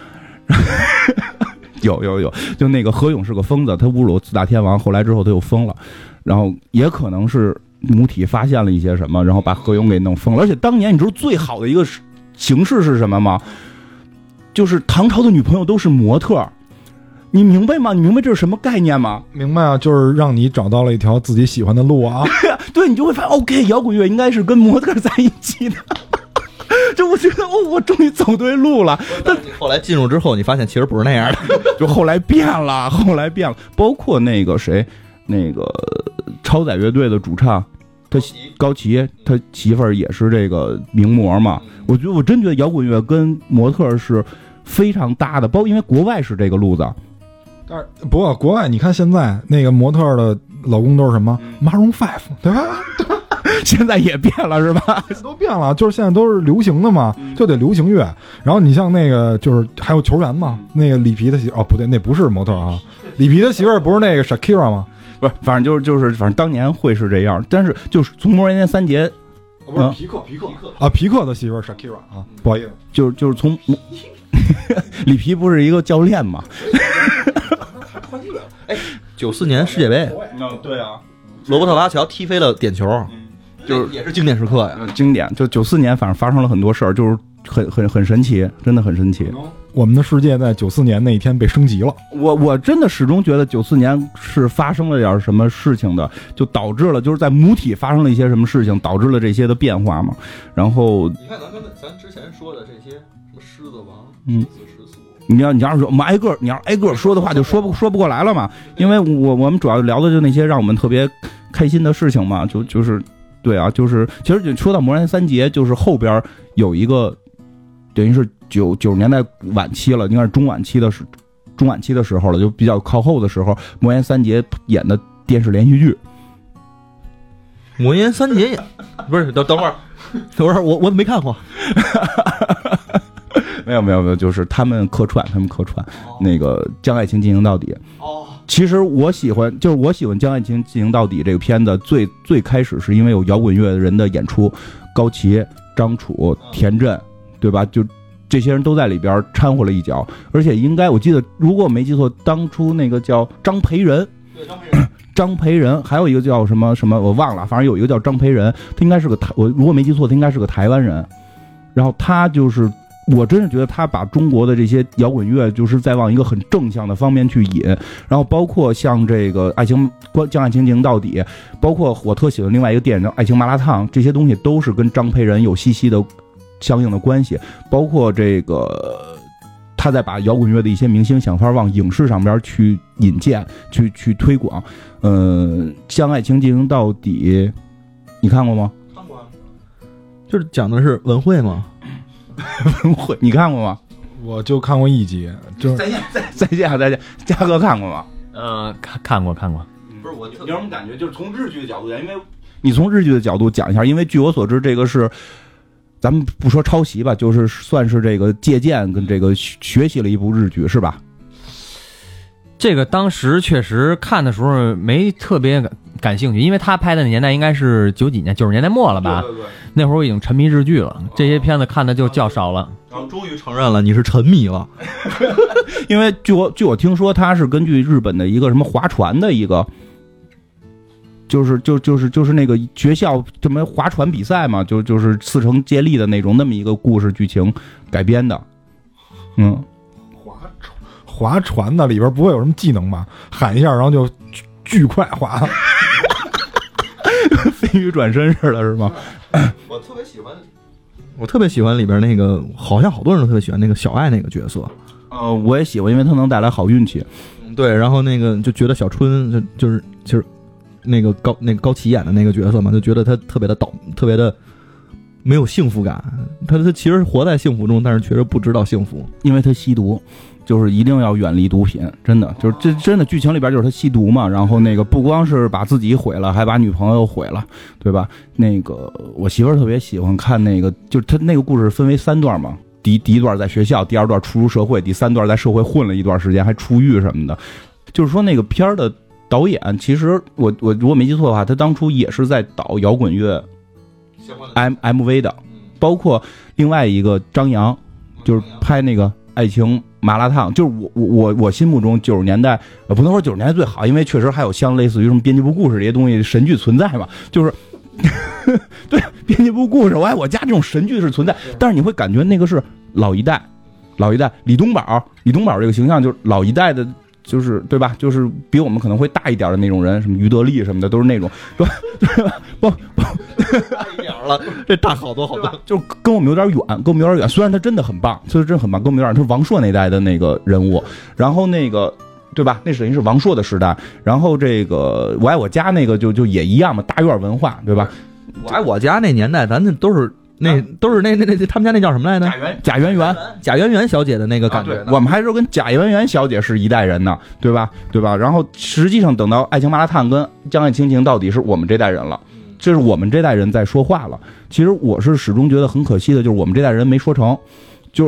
有有有，就那个何勇是个疯子，他侮辱四大天王，后来之后他又疯了，然后也可能是母体发现了一些什么，然后把何勇给弄疯了。而且当年你知道最好的一个形式是什么吗？就是唐朝的女朋友都是模特，你明白吗？你明白这是什么概念吗？ 明白啊，就是让你找到了一条自己喜欢的路啊。 对，你就会发现 ，OK， 摇滚乐应该是跟模特在一起的。就我觉得哦，我终于走对路了。 但你后来进入之后，你发现其实不是那样的， 就后来变了，后来变了。包括那个谁，那个超载乐队的主唱，他高旗，他媳妇儿也是这个名模嘛。我觉得我真觉得摇滚乐跟模特是非常搭的，包括因为国外是这个路子。 但是不过国外你看现在那个模特的老公都是什么 Maroon Five， 对吧？ 现在也变了是吧？ 都变了，就是现在都是流行的嘛，就得流行乐。然后你像那个就是还有球员嘛，那个里皮的媳哦不对，那不是模特啊，里皮的媳妇儿不是那个 Shakira 吗？ 不是，反正就是就是反正当年会是这样，但是就是从摩人年三杰， 哦、不是皮克皮克啊皮克的媳妇儿 Shakira 啊，不好意思， 就是就是从里皮不是一个教练嘛？ 哎，九四年世界杯， 嗯，对啊， 罗伯特巴乔踢飞了点球。就是也是经典时刻呀， 经典。就九四年，反正发生了很多事儿，就是很很很神奇，真的很神奇。 我们的世界在九四年那一天被升级了。 我我真的始终觉得九四年是发生了点什么事情的，就导致了就是在母体发生了一些什么事情，导致了这些的变化嘛。然后你看咱们咱之前说的这些什么狮子王， 嗯，狮子始祖。你要你要是说我们挨个你要挨个说的话，就说不说不过来了嘛。因为我我们主要聊的就那些让我们特别开心的事情嘛，就就是。对啊，就是其实说到魔人三杰，就是后边有一个，等于是九九十年代晚期了，应该是中晚期的时中晚期的时候了，就比较靠后的时候，魔人三杰演的电视连续剧。 魔人三杰演不是等等会儿，等会儿我我没看过。 没有没有没有，就是他们客串，他们客串、哦、那个将爱情进行到底。 哦。 其实我喜欢，就是我喜欢《将爱情进行到底》这个片子，最最开始是因为有摇滚乐人的演出，高旗、张楚、田震，对吧？就这些人都在里边掺和了一脚，而且应该我记得，如果我没记错，当初那个叫张培仁， 对张培仁， 张培仁，还有一个叫什么什么我忘了，反正有一个叫张培仁，他应该是个台，我如果没记错，他应该是个台湾人，然后他就是。我真是觉得他把中国的这些摇滚乐就是在往一个很正向的方面去引，然后包括像这个爱情将爱情进行到底，包括我特喜欢另外一个电影叫《爱情麻辣烫》，这些东西都是跟张培仁有息息的相应的关系，包括这个他在把摇滚乐的一些明星想法往影视上边去引荐，去去推广。嗯、呃，将爱情进行到底，你看过吗？ 看过，就是讲的是文慧吗？ 文慧，你看过吗？ 我就看过一集，就再见再再见再见，嘉哥看过吗？ 呃，看看过看过。 不是我，有什么感觉？就是从日剧的角度讲，因为你从日剧的角度讲一下，因为据我所知，这个是咱们不说抄袭吧，就是算是这个借鉴跟这个学习了一部日剧，是吧？ 这个当时确实看的时候没特别感感兴趣，因为他拍的年代应该是九几年九十年代末了吧？ 对对对， 那会儿我已经沉迷日剧了，这些片子看的就较少了。 然后终于承认了你是沉迷了， 因为据我据我听说，他是根据日本的一个什么划船的一个，就是就就是就是那个学校什么划船比赛嘛，就就是四乘接力的那种那么一个故事剧情改编的，嗯。 划船的里边不会有什么技能吧？喊一下，然后就巨快划， 飞鱼转身似的，是吗？ 我特别喜欢，我特别喜欢里边那个，好像好多人都特别喜欢那个小爱那个角色。 呃，我也喜欢，因为它能带来好运气。 对，然后那个就觉得小春就就是其实那个高那个高启演的那个角色嘛，就觉得他特别的倒，特别的没有幸福感。他他其实活在幸福中，但是确实不知道幸福， 因为他吸毒。就是一定要远离毒品，真的就是这真的剧情里边就是他吸毒嘛，然后那个不光是把自己毁了，还把女朋友毁了，对吧？那个我媳妇儿特别喜欢看那个，就是他那个故事分为三段嘛，第第一段在学校，第二段出入社会，第三段在社会混了一段时间还出狱什么的。就是说那个片儿的导演，其实我我如果没记错的话，他当初也是在导摇滚乐 M M V 的，包括另外一个张扬，就是拍那个爱情麻辣烫，就是我我我我心目中九十年代，呃，不能说九十年代最好，因为确实还有像类似于什么编辑部故事这些东西神剧存在嘛，就是对编辑部故事，我爱我家这种神剧是存在，但是你会感觉那个是老一代，老一代李东宝，李东宝这个形象就是老一代的。就是对吧？就是比我们可能会大一点的那种人，什么于德利什么的，都是那种，是吧？对吧？不不， 大一点了，这大好多好多， 就跟我们有点远，跟我们有点远。虽然他真的很棒，虽然真的很棒，跟我们有点，他是王朔那代的那个人物。然后那个，对吧？那等于是王朔的时代。然后这个我爱我家那个就就也一样嘛，大院文化，对吧？ 我爱我家那年代，咱那都是。那都是那那那他们家那叫什么来着？ 贾圆贾圆圆贾圆圆小姐的那个感觉、 啊，我们还是跟贾圆圆小姐是一代人呢，对吧？对吧？然后实际上等到《爱情麻辣烫》跟《将爱倾情》到底是我们这代人了，这是我们这代人在说话了。其实我是始终觉得很可惜的，就是我们这代人没说成，就是。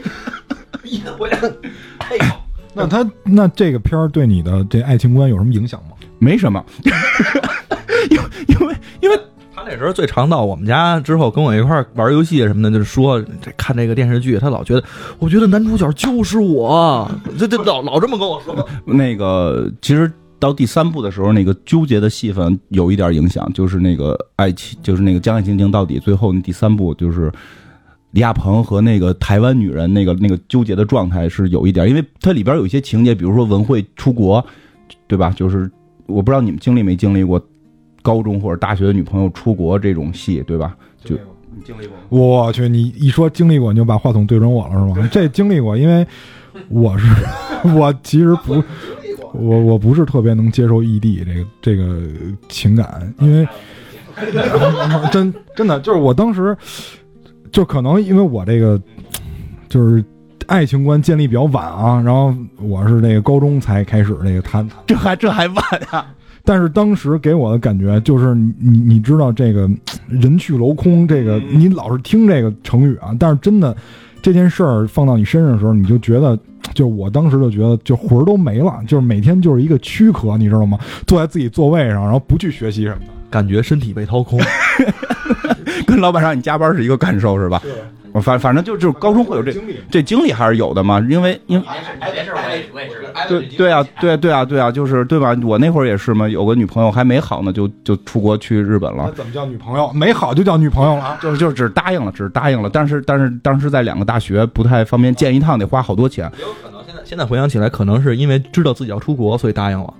哎呦，那他那这个片儿对你的这爱情观有什么影响吗？ 没什么，因为因为因为。 他那时候最常到我们家之后跟我一块玩游戏什么的，就是说这看这个电视剧，他老觉得，我觉得男主角就是我，这这老老这么跟我说。 那个其实到第三部的时候，那个纠结的戏份有一点影响，就是那个爱情，就是那个将爱情情到底，最后那第三部就是李亚鹏和那个台湾女人那个那个纠结的状态是有一点，因为它里边有一些情节，比如说文慧出国，对吧？就是我不知道你们经历没经历过。高中或者大学的女朋友出国这种戏，对吧？就你经历过？我去，你一说经历过，你就把话筒对准我了，是吗？这经历过，因为我是我其实不，我我不是特别能接受异地这个这个情感，因为真真的就是我当时就可能因为我这个就是爱情观建立比较晚啊，然后我是这个高中才开始这个谈， 这还这还晚啊。 但是当时给我的感觉就是你你你知道这个人去楼空，这个你老是听这个成语啊，但是真的这件事儿放到你身上的时候，你就觉得，就我当时就觉得就魂儿都没了，就是每天就是一个躯壳，你知道吗？坐在自己座位上，然后不去学习什么的， 感觉身体被掏空， 跟老板让你加班是一个感受是吧？我反反正就就高中会有这这经历还是有的嘛，因为因为对对啊对对啊对啊，就是对吧？我那会儿也是嘛，有个女朋友还没好呢，就就出国去日本了。 那怎么叫女朋友？没好就叫女朋友了？ 就是就是只答应了，只是答应了，但是但是当时在两个大学不太方便，见一趟得花好多钱。 有可能现在现在回想起来，可能是因为知道自己要出国，所以答应了。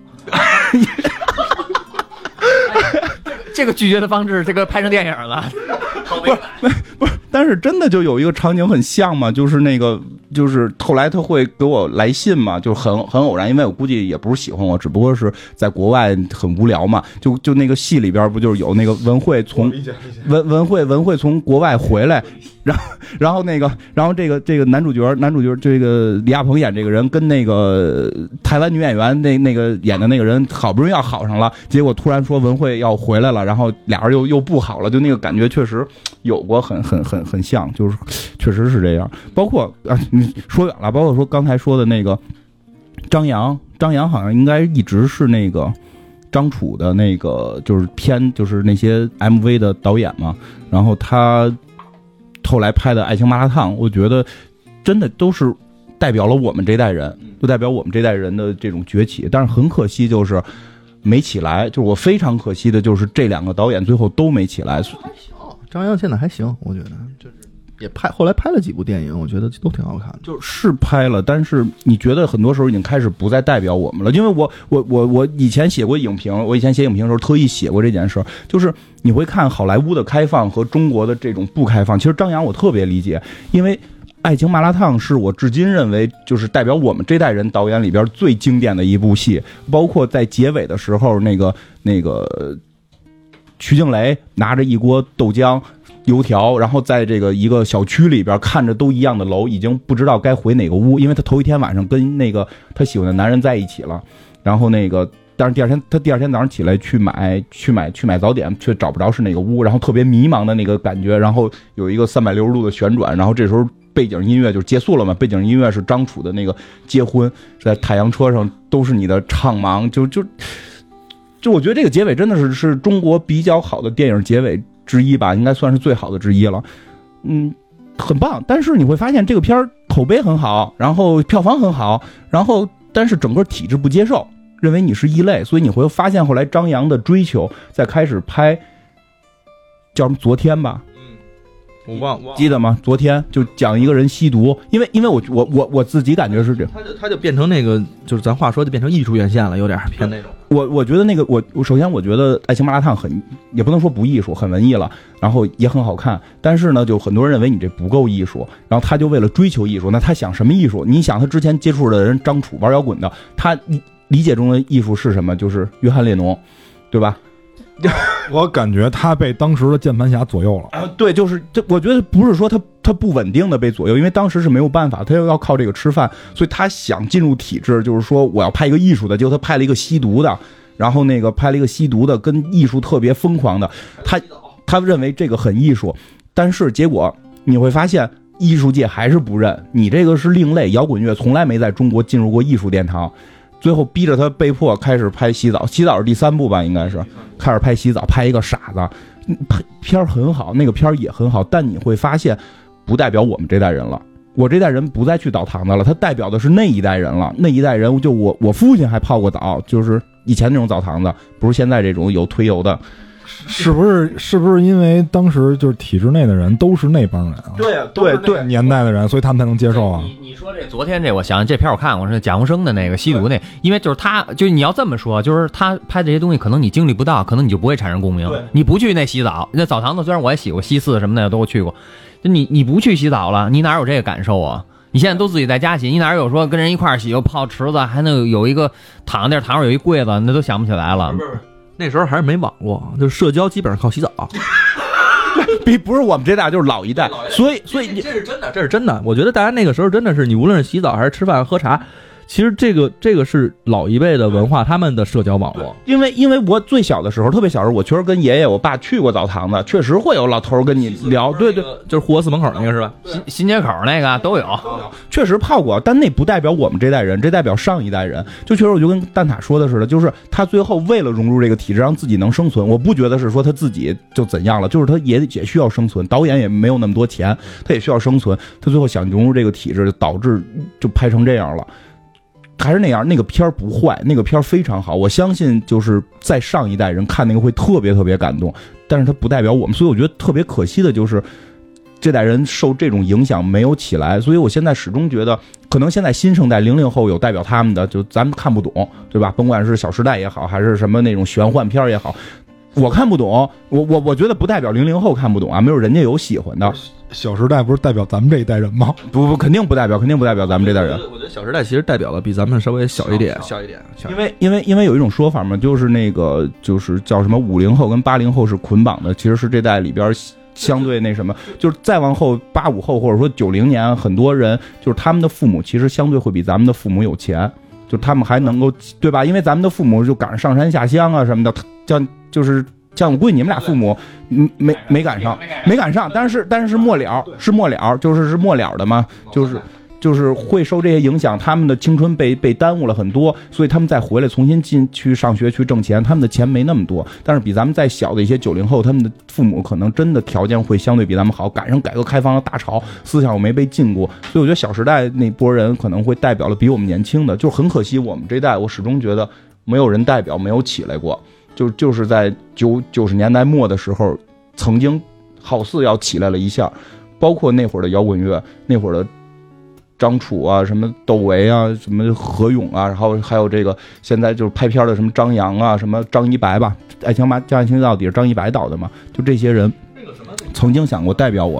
这个拒绝的方式，这个拍成电影了。 不是不是，但是真的就有一个场景很像嘛，就是那个就是后来他会给我来信嘛，就很很偶然，因为我估计也不是喜欢我，只不过是在国外很无聊嘛，就就那个戏里边不就是有那个文慧从文文慧文慧从国外回来，然后然后那个然后这个这个男主角男主角这个李亚鹏演这个人跟那个台湾女演员那那个演的那个人好不容易要好上了，结果突然说文慧要回来了，然后俩人又又不好了，就那个感觉确实有过很很很很像，就是确实是这样。包括啊，你说远了，包括说刚才说的那个张扬，张扬好像应该一直是那个张楚的那个就是偏就是那些 M V 的导演嘛，然后他后来拍的《爱情麻辣烫》，我觉得真的都是代表了我们这代人，就代表我们这代人的这种崛起。但是很可惜就是没起来，就是我非常可惜的就是这两个导演最后都没起来。 张扬现在还行，我觉得就是也拍后来拍了几部电影，我觉得都挺好看的。 就是拍了，但是你觉得很多时候已经开始不再代表我们了。因为我我我我以前写过影评，我以前写影评的时候特意写过这件事，就是你会看好莱坞的开放和中国的这种不开放。其实张扬我特别理解，因为《 爱情麻辣烫是我至今认为就是代表我们这代人导演里边最经典的一部戏，包括在结尾的时候，那个那个徐静蕾拿着一锅豆浆油条，然后在这个一个小区里边看着都一样的楼，已经不知道该回哪个屋，因为他头一天晚上跟那个他喜欢的男人在一起了，然后那个但是第二天他第二天早上起来去买去买去买早点，却找不着是哪个屋，然后特别迷茫的那个感觉，然后有一个三百六十度的旋转，然后这时候背景音乐就结束了嘛，背景音乐是张楚的那个结婚，在太阳车上都是你的唱忙，就就就我觉得这个结尾真的是是中国比较好的电影结尾之一吧，应该算是最好的之一了，嗯，很棒。但是你会发现这个片儿口碑很好，然后票房很好，然后但是整个体制不接受，认为你是异类，所以你会发现后来张扬的追求在开始拍叫什么昨天吧。 我忘忘记得吗？昨天就讲一个人吸毒，因为因为我我我我自己感觉是这样， 他就他就变成那个，就是咱话说就变成艺术院线了，有点偏那种。 我我觉得那个我我首先我觉得《爱情麻辣烫》很也不能说不艺术，很文艺了，然后也很好看，但是呢，就很多人认为你这不够艺术，然后他就为了追求艺术，那他想什么艺术？你想他之前接触的人张楚玩摇滚的，他理解中的艺术是什么？就是约翰列侬，对吧？ 我感觉他被当时的键盘侠左右了啊！对，就是这，我觉得不是说他他不稳定的被左右，因为当时是没有办法，他又要靠这个吃饭，所以他想进入体制，就是说我要拍一个艺术的，结果他拍了一个吸毒的，然后那个拍了一个吸毒的，跟艺术特别疯狂的，他他认为这个很艺术，但是结果你会发现艺术界还是不认你这个是另类，摇滚乐从来没在中国进入过艺术殿堂。最后逼着他被迫开始拍洗澡，洗澡是第三部吧，应该是开始拍洗澡，拍一个傻子，片儿很好，那个片儿也很好，但你会发现不代表我们这代人了，我这代人不再去澡堂子了，他代表的是那一代人了，那一代人就我我父亲还泡过澡，就是以前那种澡堂子，不是现在这种有推油的。 是不是是不是因为当时就是体制内的人都是那帮人啊？ 对对对， 年代的人，所以他们才能接受啊。 你你说这昨天这，我想这片我看过，是贾宏声的那个吸毒那，因为就是他，就是你要这么说，就是他拍这些东西，可能你经历不到，可能你就不会产生共鸣。你不去那洗澡，那澡堂子虽然我也洗过，西四什么的都去过，就你你不去洗澡了，你哪有这个感受啊？你现在都自己在家洗，你哪有说跟人一块儿洗，又泡池子，还能有一个躺地儿，躺会儿有一柜子，那都想不起来了。 不是，那时候还是没网络，就是社交基本上靠洗澡。 比不是我们这代，就是老一代，所以所以这是真的，这是真的。我觉得大家那个时候真的是，你无论是洗澡还是吃饭喝茶，其实这个这个是老一辈的文化，他们的社交网络。 因为因为我最小的时候，特别小的时候，我确实跟爷爷我爸去过澡堂子，确实会有老头跟你聊，对对， 就是护国寺门口那个是吧？ 新新街口那个都有， 确实泡过，但那不代表我们这代人，这代表上一代人。就确实我就跟蛋挞说的似的，就是他最后为了融入这个体制，让自己能生存。我不觉得是说他自己就怎样了，就是他也也需要生存，导演也没有那么多钱，他也需要生存。他最后想融入这个体制，导致就拍成这样了。还是那样，那个片儿不坏，那个片儿非常好，我相信就是在上一代人看那个会特别特别感动，但是它不代表我们，所以我觉得特别可惜的就是这代人受这种影响没有起来，所以我现在始终觉得，可能现在新生代零零后有代表他们的，就咱们看不懂，对吧？甭管是《小时代》也好，还是什么那种玄幻片也好，我看不懂，我我我觉得不代表零零后看不懂啊，没有人家有喜欢的。 小时代不是代表咱们这一代人吗？ 不不，肯定不代表，肯定不代表咱们这代人。 我觉得《小时代》其实代表了比咱们稍微小一点，小一点。 因为因为因为有一种说法嘛，就是那个就是叫什么五零后跟八零后是捆绑的，其实是这代里边相对那什么，就是再往后八五后或者说九零年，很多人就是他们的父母其实相对会比咱们的父母有钱，就他们还能够对吧？因为咱们的父母就赶上上山下乡啊什么的，像就是像我估计你们俩父母没没赶上，没赶上，但是但是末了是末了，就是是末了的嘛，就是就是会受这些影响，他们的青春被被耽误了很多，所以他们再回来重新进去上学去挣钱，他们的钱没那么多，但是比咱们再小的一些九零后，他们的父母可能真的条件会相对比咱们好，赶上改革开放的大潮，思想又没被禁锢，所以我觉得《小时代》那波人可能会代表了比我们年轻的，就很可惜我们这代，我始终觉得没有人代表，没有起来过。就就是在九九十年代末的时候，曾经好似要起来了一下，包括那会儿的摇滚乐，那会儿的张楚啊，什么窦唯啊，什么何勇啊，然后还有这个现在就是拍片的什么张扬啊，什么张一白吧，爱情麻将爱情到底是张一白导的嘛，就这些人曾经想过代表我们，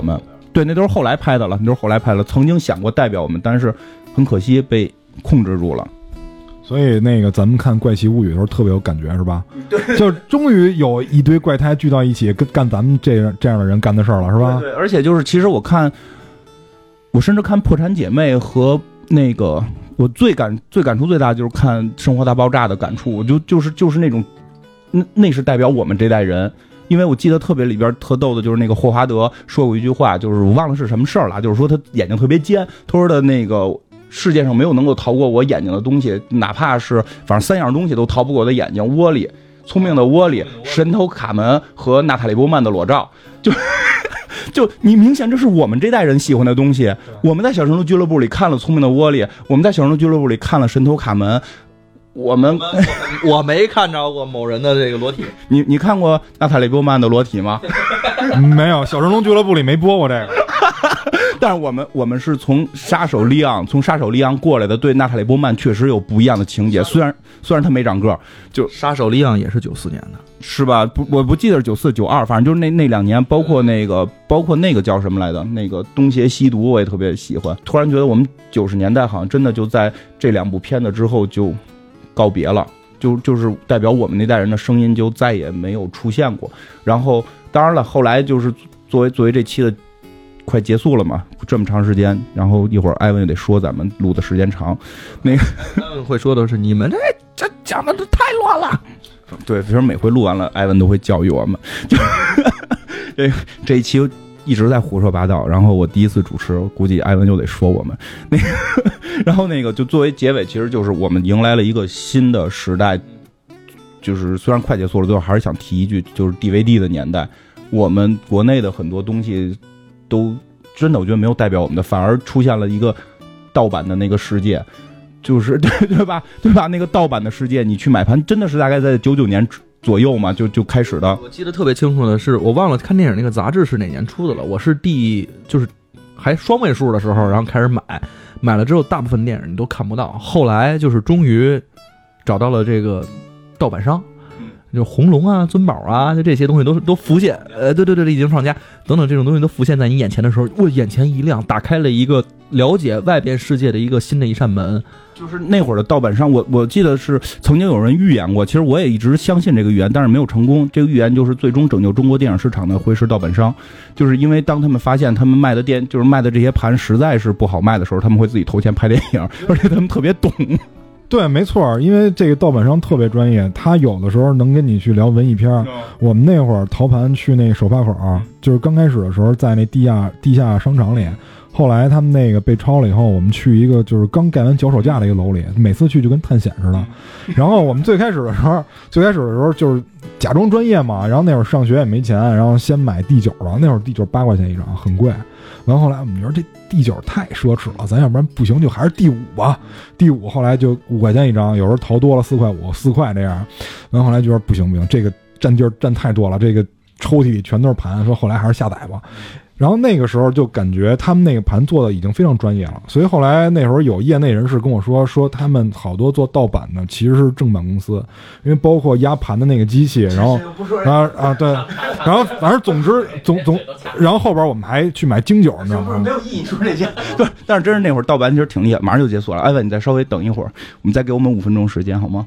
对，那都是后来拍的了，那都是后来拍的。曾经想过代表我们，但是很可惜被控制住了。 所以那个咱们看《怪奇物语》的时候特别有感觉，是吧？对，就终于有一堆怪胎聚到一起，跟干咱们这样这样的人干的事儿了，是吧？ 对，对，而且就是其实我看，我甚至看《破产姐妹》和那个，我最感最感触最大就是看《生活大爆炸》的感触，我就就是就是那种，那那是代表我们这代人。因为我记得特别里边特逗的就是那个霍华德说过一句话，就是我忘了是什么事儿了，就是说他眼睛特别尖，他说的那个世界上没有能够逃过我眼睛的东西，哪怕是反正三样东西都逃不过我的眼睛：窝里、聪明的窝里、神偷卡门和娜塔莉波曼的裸照。就就你明显这是我们这代人喜欢的东西。我们在小神龙俱乐部里看了聪明的窝里，我们在小神龙俱乐部里看了神偷卡门。我们我没看着过某人的这个裸体， 你你看过娜塔莉波曼的裸体吗？ 没有，小神龙俱乐部里没播过这个。 但是我们我们是从杀手利昂从杀手利昂过来的，对娜塔莉波曼确实有不一样的情节。虽然虽然他没长个，就杀手利昂也是九四年的， 是吧？不，我不记得是九四九二，反正就是那那两年，包括那个包括那个叫什么来的，那个东邪西毒，我也特别喜欢。突然觉得我们九十年代好像真的就在这两部片子之后就告别了，就就是代表我们那代人的声音就再也没有出现过。然后当然了，后来就是作为作为这期的快结束了嘛，这么长时间，然后一会儿艾文也得说咱们录的时间长，那个艾文会说的是你们这这讲的都太乱了。 对，其实每回录完了，艾文都会教育我们。就这这一期一直在胡说八道，然后我第一次主持，估计艾文就得说我们那个，然后那个就作为结尾，其实就是我们迎来了一个新的时代，就是虽然快结束了，最后还是想提一句，就是 D V D 的年代，我们国内的很多东西都真的我觉得没有代表我们的，反而出现了一个盗版的那个世界，就是对对吧对吧？那个盗版的世界，你去买盘真的是大概在九九年左右嘛，就就开始的。 我记得特别清楚的是，我忘了看电影那个杂志是哪年出的了。我是第就是还双位数的时候，然后开始买，买了之后大部分电影你都看不到。后来就是终于找到了这个盗版商，就红龙啊、尊宝啊，就这些东西都都浮现。呃，对对对，已经上架等等这种东西都浮现在你眼前的时候，我眼前一亮，打开了一个了解外边世界的一个新的一扇门。 就是那会儿的盗版商，我我记得是曾经有人预言过，其实我也一直相信这个预言，但是没有成功。这个预言就是最终拯救中国电影市场的会是盗版商，就是因为当他们发现他们卖的电就是卖的这些盘实在是不好卖的时候，他们会自己投钱拍电影，而且他们特别懂。 对，没错，因为这个盗版商特别专业，他有的时候能跟你去聊文艺片。我们那会儿淘盘去那手帕口，就是刚开始的时候在那地下地下商场里，后来他们那个被抄了以后，我们去一个就是刚盖完脚手架的一个楼里，每次去就跟探险似的。然后我们最开始的时候，最开始的时候就是假装专业嘛，然后那会儿上学也没钱，然后先买第九了，那会儿第九八块钱一张，很贵。然后后来我们觉得这第九太奢侈了，咱要不然不行就还是第五吧。第五后来就五块钱一张，有时候淘多了四块五、四块这样。然后后来觉得不行不行，这个占地儿占太多了，这个抽屉里全都是盘，说后来还是下载吧。然后那个时候就感觉他们那个盘做的已经非常专业了，所以后来那时候有业内人士跟我说，说他们好多做盗版的其实是正版公司，因为包括压盘的那个机器，然后啊啊对，然后反正总之总总，然后后边我们还去买京九，你知道吗？ 没有意义说这些，对，但是真是那会儿盗版其实挺厉害，马上就结束了。艾文，你再稍微等一会儿，我们再给我们五分钟时间好吗？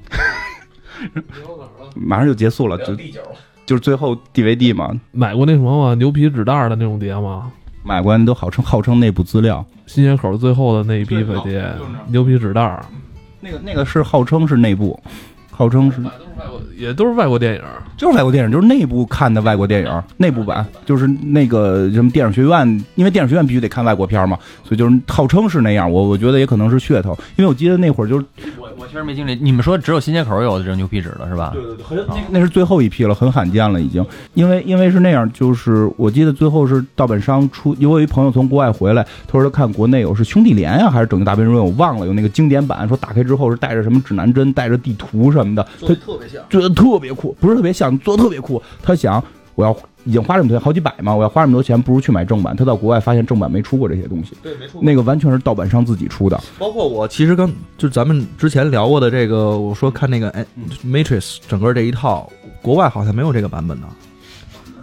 马上就结束了，就就是最后 D V D 嘛。 买过那什么吗？牛皮纸袋的那种碟吗？ 买过，都号称号称内部资料。 新街口最后的那一批粉碟，牛皮纸袋， 那个那个是号称是内部，号称是。 也都是外国电影， 就是外国电影，就是内部看的外国电影，内部版就是那个什么电影学院，因为电影学院必须得看外国片嘛，所以就是号称是那样。我我觉得也可能是噱头，因为我记得那会儿就是我我确实没经历。你们说只有新街口有这种牛皮纸了是吧？ 对对对，很那那是最后一批了，很罕见了已经。因为因为是那样，就是我记得最后是盗版商出，因为我有一朋友从国外回来，他说他看国内有是兄弟连呀、啊，还是拯救大兵瑞恩，我忘了，有那个经典版，说打开之后是带着什么指南针，带着地图什么的， 做的特别像。 觉得特别酷，不是特别像，做的特别酷。他想，我要已经花这么多钱，好几百嘛，我要花这么多钱，不如去买正版。他到国外发现正版没出过这些东西， 对，没出过。 那个完全是盗版商自己出的。 包括我其实刚就咱们之前聊过的这个，我说看那个哎 Matrix 整个这一套，国外好像没有这个版本的。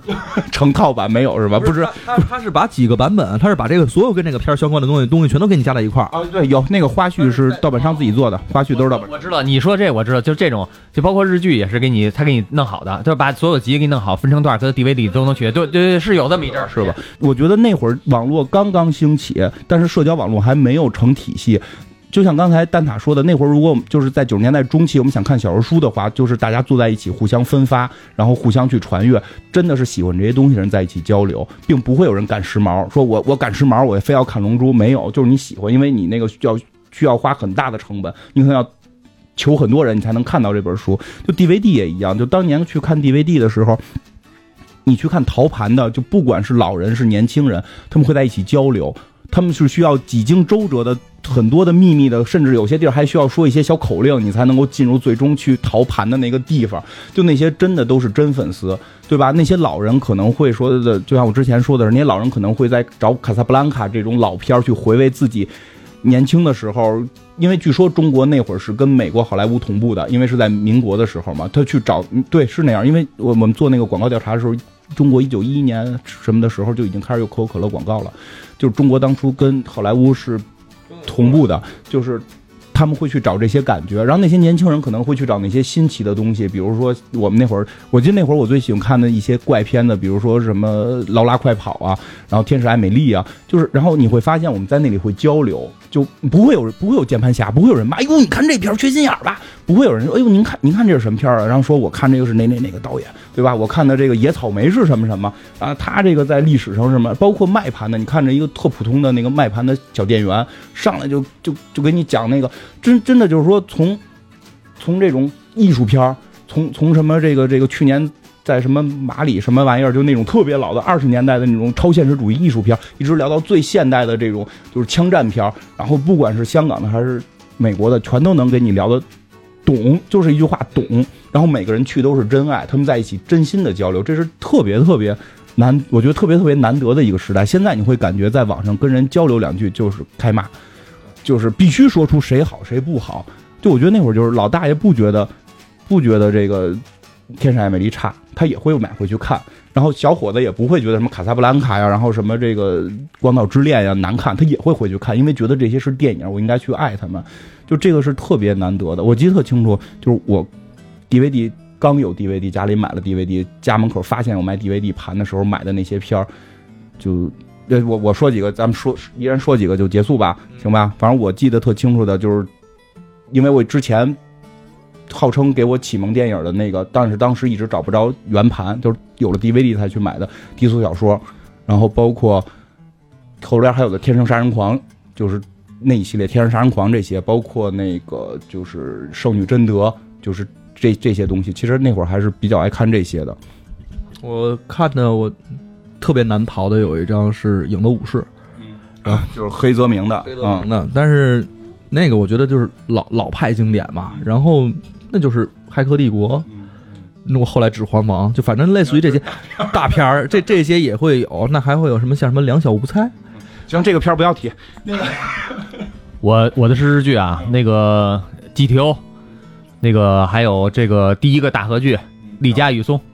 成套版没有是吧？不是， 他他是把几个版本，他是把这个所有跟这个片儿相关的东西东西全都给你加在一块儿。 啊，对，有那个花絮是盗版商自己做的，花絮都是盗版。 我知道你说这我知道，就这种，就包括日剧也是给你他给你弄好的，就是把所有集给你弄好，分成段，跟 D V D 都能学。对对对，是有这么一阵儿， 是吧？我觉得那会儿网络刚刚兴起，但是社交网络还没有成体系。就像刚才蛋塔说的，那会儿如果就是在九十年代中期，我们想看小说书的话，就是大家坐在一起互相分发，然后互相去传阅，真的是喜欢这些东西的人在一起交流，并不会有人赶时髦，说我我赶时髦，我非要看龙珠，没有，就是你喜欢，因为你那个需要需要花很大的成本，你可能要求很多人你才能看到这本书。就 D V D 也一样，就当年去看 D V D 的时候，你去看陶盘的，就不管是老人是年轻人，他们会在一起交流。他们是需要几经周折的很多的秘密的，甚至有些地儿还需要说一些小口令，你才能够进入最终去陶盘的那个地方。就那些真的都是真粉丝，对吧？那些老人可能会说的，就像我之前说的是，那些老人可能会在找卡萨布兰卡这种老片去回味自己年轻的时候。因为据说中国那会儿是跟美国好莱坞同步的，因为是在民国的时候嘛，他去找，对，是那样。因为我们做那个广告调查的时候，中国一九一一年什么的时候就已经开始有可口可乐广告了，就是中国当初跟好莱坞是同步的，就是他们会去找这些感觉，然后那些年轻人可能会去找那些新奇的东西，比如说我们那会儿，我记得那会儿我最喜欢看的一些怪片的，比如说什么劳拉快跑啊，然后天使爱美丽啊，就是然后你会发现我们在那里会交流，就不会有人不会有键盘侠，不会有人骂，哎呦你看这片缺心眼吧，不会有人说哎呦您看您看这是什么片啊，然后说我看这个是哪哪哪个导演，对吧？我看的这个野草莓是什么什么啊，他这个在历史上是什么，包括卖盘的，你看着一个特普通的那个卖盘的小店员上来就就就给你讲那个。真真的就是说从，从这种艺术片，从从什么这个这个去年在什么马里什么玩意儿，就那种特别老的二十年代的那种超现实主义艺术片，一直聊到最现代的这种就是枪战片，然后不管是香港的还是美国的，全都能给你聊得懂，就是一句话懂。然后每个人去都是真爱，他们在一起真心的交流，这是特别特别难，我觉得特别特别难得的一个时代。现在你会感觉在网上跟人交流两句就是开骂。就是必须说出谁好谁不好，就我觉得那会儿就是老大爷不觉得，不觉得这个《天使爱美丽》差，他也会买回去看。然后小伙子也不会觉得什么卡萨布兰卡呀，然后什么这个《光岛之恋》呀难看，他也会回去看，因为觉得这些是电影，我应该去爱他们。就这个是特别难得的。我记得特清楚，就是我 D V D 刚有 D V D， 家里买了 D V D， 家门口发现有卖 D V D 盘的时候买的那些片儿，就。呃，我我说几个，咱们说一人说几个就结束吧，行吧？反正我记得特清楚的就是，因为我之前号称给我启蒙电影的那个，但是当时一直找不着原盘，就是有了 D V D 才去买的低俗小说，然后包括后边还有的《天生杀人狂》，就是那一系列《天生杀人狂》这些，包括那个就是《圣女贞德》，就是这这些东西，其实那会儿还是比较爱看这些的。 我看的我。特别难逃的有一张是《影的武士》， 嗯，啊，就是黑泽明的， 黑泽明的，嗯、但是那个我觉得就是老老派经典嘛，然后那就是《骇客帝国》，那我后来《指环王》，就反正类似于这些大片儿，这这些也会有，那还会有什么像什么两小无猜， 行，这个片儿不要提。那个， 我我的是日剧啊，那个 G T O， 那个还有这个第一个大合剧《李家与松》。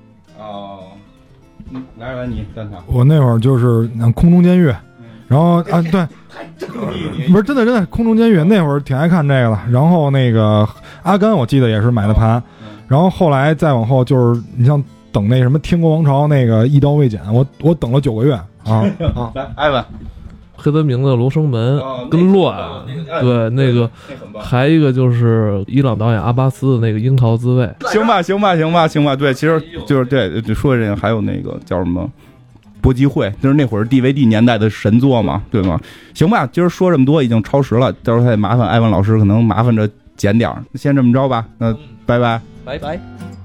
来来，你站场。 我那会儿就是空中监狱，然后啊，对，不是真的真的空中监狱那会儿挺爱看这个的。然后那个阿甘，我记得也是买的盘，然后后来再往后就是你像等那什么天国王朝那个一刀未剪，我我等了九个月啊啊！ 来，艾文。 黑泽明的《罗生门》跟乱，对那个，还一个就是伊朗导演阿巴斯的那个《樱桃滋味》。 行吧，行吧，行吧，行吧。对，其实就是对，就说这个，还有那个叫什么搏击会，就是那会儿 D V D 年代的神作嘛，对吗？行吧，今儿说这么多已经超时了，到时候还得麻烦艾文老师，可能麻烦着减点儿。先这么着吧，那拜拜， 拜拜。